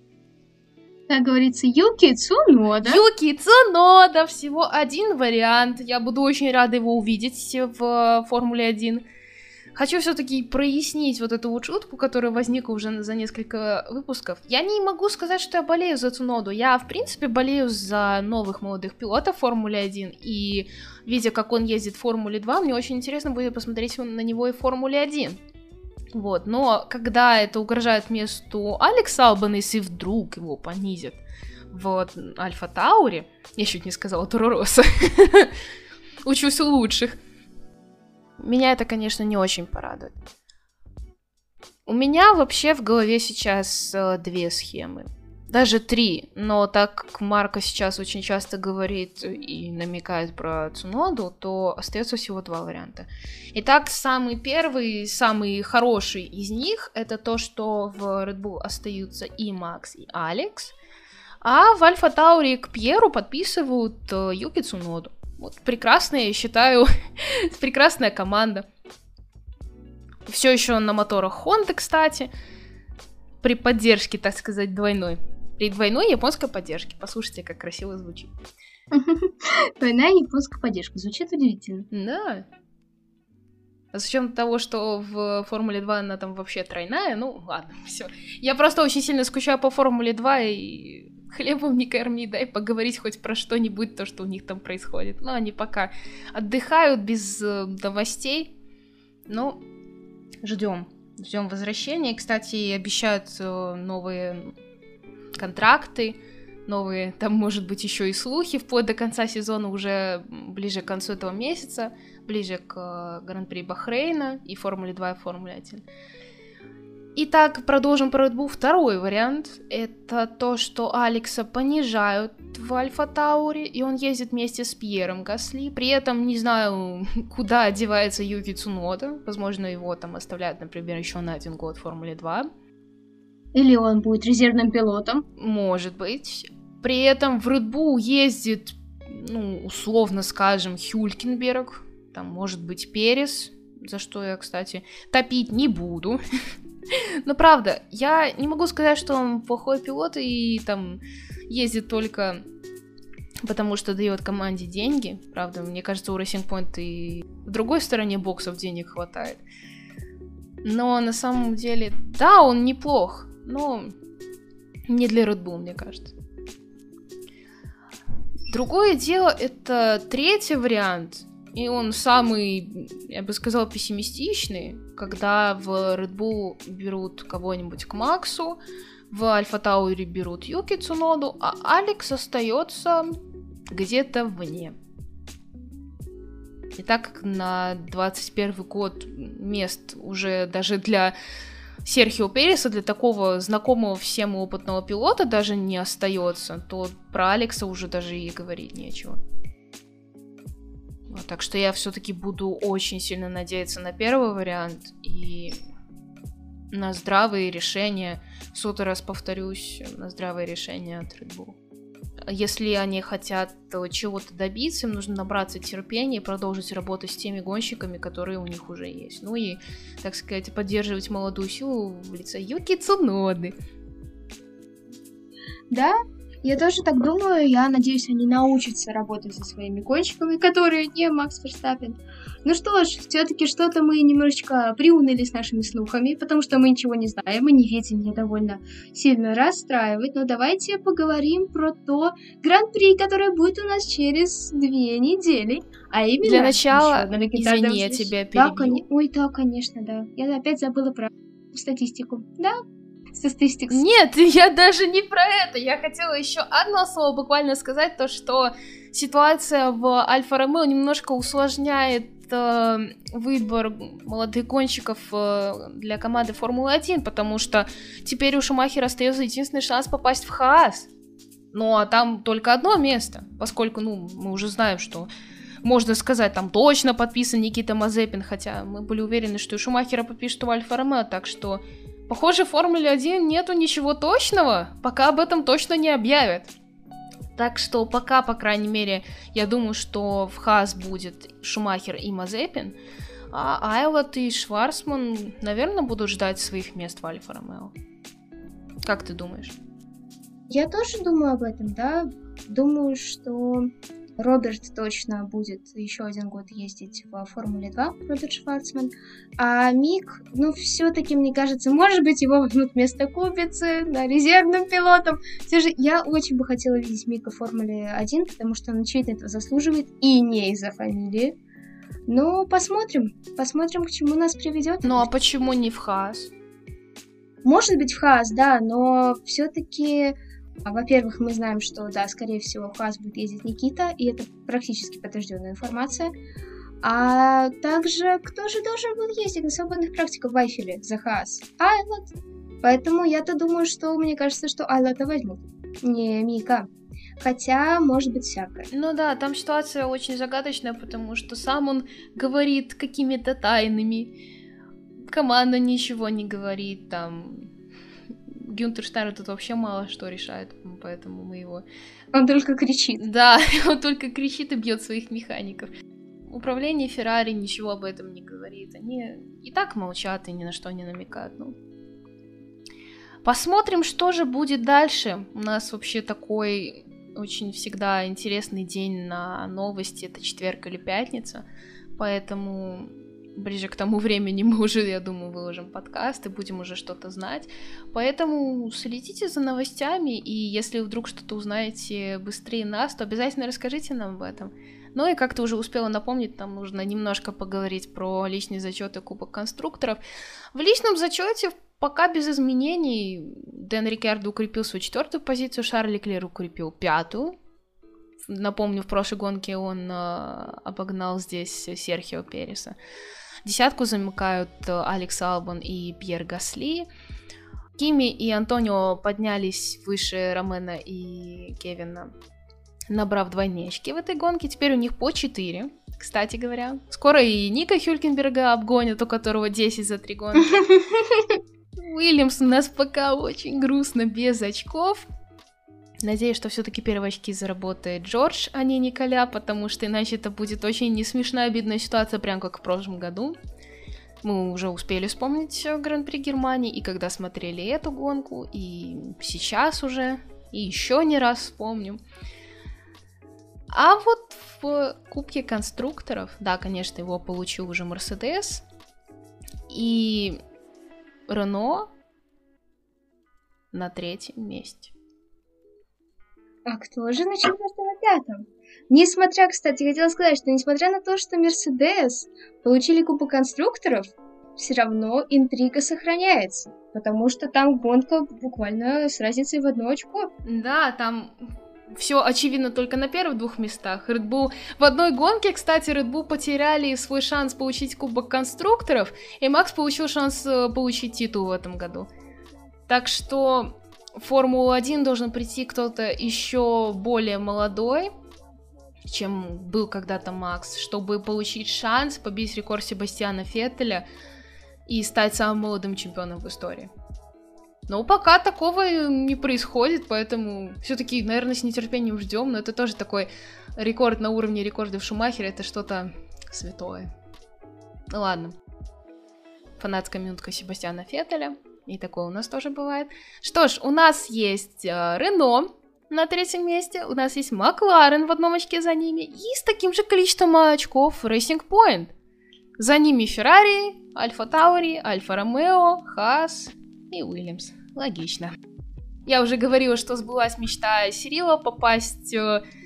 A: Как говорится, Юки Цунода.
B: Юки Цунода, всего один вариант. Я буду очень рада его увидеть в Формуле один. Хочу все-таки прояснить вот эту вот шутку, которая возникла уже за несколько выпусков. Я не могу сказать, что я болею за Цуноду. Я, в принципе, болею за новых молодых пилотов Формулы один. И, видя, как он ездит в Формуле два, мне очень интересно будет посмотреть на него и в Формуле один. Вот, но когда это угрожает месту Алекса Албана, если вдруг его понизят в Альфа Таури, я чуть не сказала Торо Россо, учусь у лучших, меня это, конечно, не очень порадует. У меня вообще в голове сейчас э, две схемы. Даже три, но так как Марко сейчас очень часто говорит и намекает про Цуноду, то остается всего два варианта. Итак, самый первый, самый хороший из них, это то, что в Red Bull остаются и Макс, и Алекс, а в Альфа Таури к Пьеру подписывают э, Юки Цуноду. Вот прекрасная, я считаю, прекрасная команда. Все еще на моторах Honda, кстати, при поддержке, так сказать, двойной. При двойной японской поддержке. Послушайте, как красиво звучит.
A: Двойная японская поддержка. Звучит удивительно.
B: Да. А с учетом того, что в Формуле два она там вообще тройная, ну ладно, все. Я просто очень сильно скучаю по Формуле два, и хлебом не корми, дай поговорить хоть про что-нибудь, то, что у них там происходит. Но они пока отдыхают без э, новостей. Ну, ждем. Ждем возвращения. Кстати, обещают э, новые контракты, новые, там, может быть, еще и слухи, вплоть до конца сезона, уже ближе к концу этого месяца, ближе к э, Гран-при Бахрейна и Формуле два, и Формуле один. Итак, продолжим про Red Bull. Второй вариант — это то, что Алекса понижают в Альфа Таури, и он ездит вместе с Пьером Гасли. При этом не знаю, куда одевается Юки Цунода. Возможно, его там оставляют, например, еще на один год в Формуле два.
A: Или он будет резервным пилотом.
B: Может быть. При этом в Red Bull ездит, ну, условно скажем, Хюлькенберг. Там может быть Перес, за что я, кстати, топить не буду. Но правда, я не могу сказать, что он плохой пилот и там ездит только потому, что дает команде деньги. Правда, мне кажется, у Racing Point и в другой стороне боксов денег хватает. Но на самом деле, да, он неплох, но не для Red Bull, мне кажется. Другое дело, это третий вариант, и он самый, я бы сказала, пессимистичный, когда в Red Bull берут кого-нибудь к Максу, в Альфа Таури берут Юки Цуноду, а Алекс остается где-то вне. И так как на двадцать первый год мест уже даже для Серхио Переса, для такого знакомого всем опытного пилота даже не остается, то про Алекса уже даже и говорить нечего. Так что я все-таки буду очень сильно надеяться на первый вариант и на здравые решения. В сотый раз повторюсь, на здравые решения от Red Bull. Если они хотят чего-то добиться, им нужно набраться терпения и продолжить работать с теми гонщиками, которые у них уже есть. Ну и, так сказать, поддерживать молодую силу в лице Юки Цуноды.
A: Да, я тоже так думаю. Я надеюсь, они научатся работать со своими гонщиками, которые не Макс Ферстаппен. Ну что ж, все-таки что-то мы немножечко приуныли с нашими слухами, потому что мы ничего не знаем, мы не видим, меня довольно сильно расстраивает. Но давайте поговорим про то гран-при, которое будет у нас через две недели. А именно...
B: Для начала, извини, я тебя перебью.
A: Да, кон... Ой, да, конечно, да. Я опять забыла про статистику. Да, статистику.
B: Нет, я даже не про это. Я хотела еще одно слово буквально сказать, то, что ситуация в Альфа-Ромео немножко усложняет выбор молодых гонщиков для команды Формулы один, потому что теперь у Шумахера остается единственный шанс попасть в Хаас. Ну, а там только одно место, поскольку, ну, мы уже знаем, что можно сказать, там точно подписан Никита Мазепин, хотя мы были уверены, что и Шумахера подпишет в Альфа-Ромео, так что, похоже, в Формуле один нету ничего точного, пока об этом точно не объявят. Так что пока, по крайней мере, я думаю, что в Хаас будет Шумахер и Мазепин, а Айлот и Шварцман, наверное, будут ждать своих мест в Альфа-Ромео. Как ты думаешь?
A: Я тоже думаю об этом, да. Думаю, что Роберт точно будет еще один год ездить в Формуле два, Роберт Шварцман. А Мик, ну, все-таки, мне кажется, может быть, его возьмут вместо Кубицы, на резервным пилотом. Все же я очень бы хотела видеть Мика в Формуле один, потому что он, очевидно, этого заслуживает, и не из-за фамилии. Но посмотрим, посмотрим, к чему нас приведет.
B: Ну, а почему не в Хаас?
A: Может быть, в Хаас, да, но все-таки... Во-первых, мы знаем, что, да, скорее всего, в Хаас будет ездить Никита, и это практически подтвержденная информация. А также, кто же должен был ездить на свободных практиках в Айфеле за Хаас? Айлот. Поэтому я-то думаю, что, мне кажется, что Айлота возьмут, не Мика. Хотя, может быть, всякое.
B: Ну да, там ситуация очень загадочная, потому что сам он говорит какими-то тайнами, команда ничего не говорит, там... Гюнтер Штайнер тут вообще мало что решает, поэтому мы его...
A: Он только кричит.
B: Да, он только кричит и бьет своих механиков. Управление Феррари ничего об этом не говорит. Они и так молчат и ни на что не намекают. Ну. Посмотрим, что же будет дальше. У нас вообще такой очень всегда интересный день на новости. Это четверг или пятница. Поэтому... Ближе к тому времени мы уже, я думаю, выложим подкаст и будем уже что-то знать. Поэтому следите за новостями, и если вдруг что-то узнаете быстрее нас, то обязательно расскажите нам об этом. Ну и как ты уже успела напомнить, нам нужно немножко поговорить про личный зачет и Кубок конструкторов. В личном зачете пока без изменений. Дэн Рикьярдо укрепил свою четвертую позицию, Шарль Леклер укрепил пятую. Напомню, в прошлой гонке он э, обогнал здесь Серхио Переса. Десятку замыкают Алекс Албон и Пьер Гасли. Кими и Антонио поднялись выше Ромена и Кевина, набрав двойные очки в этой гонке. Теперь у них по четыре, кстати говоря. Скоро и Ника Хюлькенберга обгонят, у которого десять за три гонки. Уильямс у нас пока очень грустно, без очков. Надеюсь, что все-таки первые очки заработает Джордж, а не Николя, потому что иначе это будет очень несмешная, обидная ситуация, прям как в прошлом году. Мы уже успели вспомнить Гран-при Германии, и когда смотрели эту гонку, и сейчас уже, и еще не раз вспомним. А вот в Кубке конструкторов, да, конечно, его получил уже Мерседес, и Рено на третьем месте.
A: А кто же на четвертом-пятом? Несмотря, кстати, хотела сказать, что несмотря на то, что Мерседес получили Кубок конструкторов, все равно интрига сохраняется, потому что там гонка буквально с разницей в одно очко.
B: Да, там все очевидно только на первых двух местах. Red Bull... В одной гонке, кстати, Red Bull потеряли свой шанс получить Кубок конструкторов, и Макс получил шанс получить титул в этом году. Так что в Формулу один должен прийти кто-то еще более молодой, чем был когда-то Макс, чтобы получить шанс побить рекорд Себастьяна Феттеля и стать самым молодым чемпионом в истории. Но пока такого не происходит, поэтому все-таки, наверное, с нетерпением ждем. Но это тоже такой рекорд на уровне рекордов Шумахера. Это что-то святое. Ну ладно. Фанатская минутка Себастьяна Феттеля. И такое у нас тоже бывает. Что ж, у нас есть э, Рено на третьем месте. У нас есть Макларен в одном очке за ними. И с таким же количеством очков Racing Point. За ними Феррари, Альфа Таури, Альфа Ромео, Хаас и Уильямс. Логично. Я уже говорила, что сбылась мечта Сирила попасть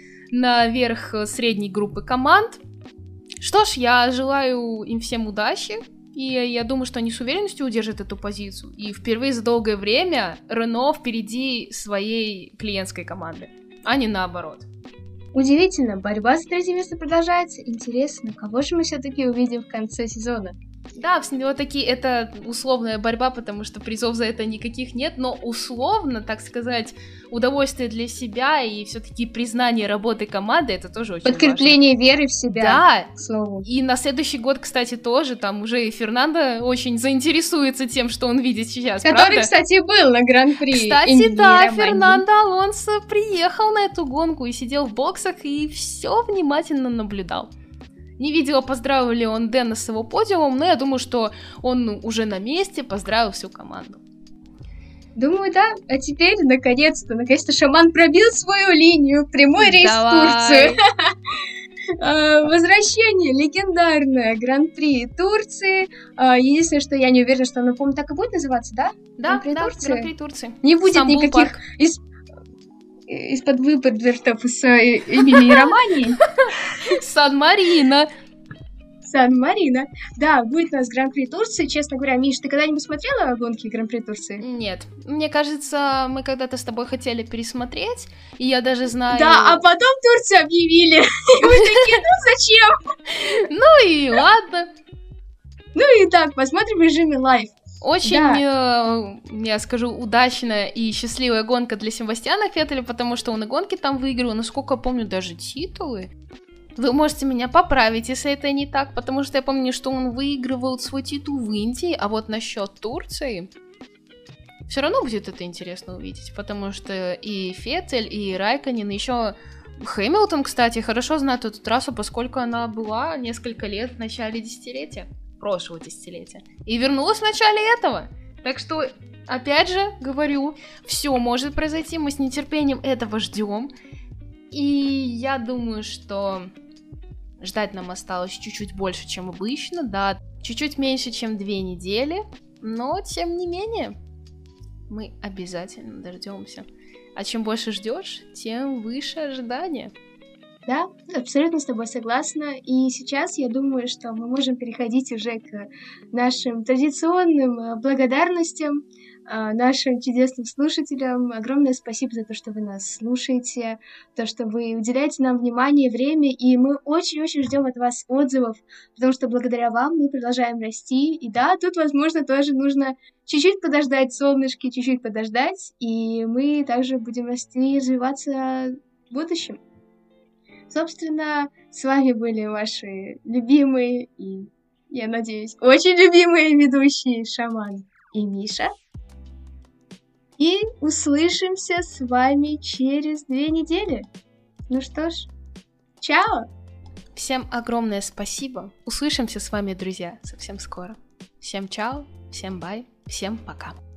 B: наверх средней группы команд. Что ж, я желаю им всем удачи. И я думаю, что они с уверенностью удержат эту позицию. И впервые за долгое время Рено впереди своей клиентской команды, а не наоборот.
A: Удивительно, борьба за третье место продолжается. Интересно, кого же мы все-таки увидим в конце сезона?
B: Да, все-таки это условная борьба, потому что призов за это никаких нет, но условно, так сказать, удовольствие для себя и все-таки признание работы команды, это тоже очень
A: Подкрепление
B: важно.
A: веры в себя.
B: Да,
A: к слову.
B: И на следующий год, кстати, тоже, там уже и Фернандо очень заинтересуется тем, что он видит сейчас,
A: Который,
B: правда?
A: кстати, был на Гран-при.
B: Кстати,
A: Эмилии
B: да,
A: Романьи.
B: Фернандо Алонсо приехал на эту гонку и сидел в боксах и все внимательно наблюдал. Не видела, поздравил ли он Дэна с его подиумом, но я думаю, что он уже на месте, поздравил всю команду.
A: Думаю, да. А теперь, наконец-то, наконец-то Шаман пробил свою линию. Прямой рейс
B: Давай.
A: в Турцию. Возвращение, легендарное Гран-при Турции. Единственное, что я не уверена, что оно, по-моему, так и будет называться, да?
B: Да,
A: Гран-при
B: да,
A: Турции.
B: Гран-при Турции.
A: Не будет
B: Стамбул
A: никаких
B: парк.
A: из... из-под выпадвертов с Эмилии Романьи.
B: Сан-Марино.
A: Сан-Марино. Да, будет у нас Гран-при Турции. Честно говоря, Миш, ты когда-нибудь смотрела гонки Гран-при Турции?
B: Нет. Мне кажется, мы когда-то с тобой хотели пересмотреть, и я даже знаю...
A: Да, а потом Турцию объявили. И мы такие, ну зачем?
B: Ну и ладно.
A: Ну и так, посмотрим в режиме лайв.
B: Очень,
A: Да.
B: э, я скажу, удачная и счастливая гонка для Себастьяна Феттеля, потому что он и гонки там выиграл, насколько я помню, даже титулы. Вы можете меня поправить, если это не так, потому что я помню, что он выигрывал свой титул в Индии, а вот насчет Турции все равно будет это интересно увидеть, потому что и Феттель, и Райконен, еще Хэмилтон, кстати, хорошо знает эту трассу, поскольку она была несколько лет в начале десятилетия, прошлого десятилетия, и вернулась в начале этого. Так что, опять же, говорю, все может произойти, мы с нетерпением этого ждем, и я думаю, что ждать нам осталось чуть-чуть больше, чем обычно, да, чуть-чуть меньше, чем две недели, но, тем не менее, мы обязательно дождемся. А чем больше ждешь, тем выше ожидания.
A: Да, абсолютно с тобой согласна. И сейчас я думаю, что мы можем переходить уже к нашим традиционным благодарностям, нашим чудесным слушателям. Огромное спасибо за то, что вы нас слушаете, то, что вы уделяете нам внимание, время, и мы очень-очень ждем от вас отзывов, потому что благодаря вам мы продолжаем расти. И да, тут, возможно, тоже нужно чуть-чуть подождать, солнышки, чуть-чуть подождать, и мы также будем расти и развиваться в будущем. Собственно, с вами были ваши любимые и, я надеюсь, очень любимые ведущие Шаман и Миша. И услышимся с вами через две недели. Ну что ж, чао!
B: Всем огромное спасибо. Услышимся с вами, друзья, совсем скоро. Всем чао, всем бай, всем пока.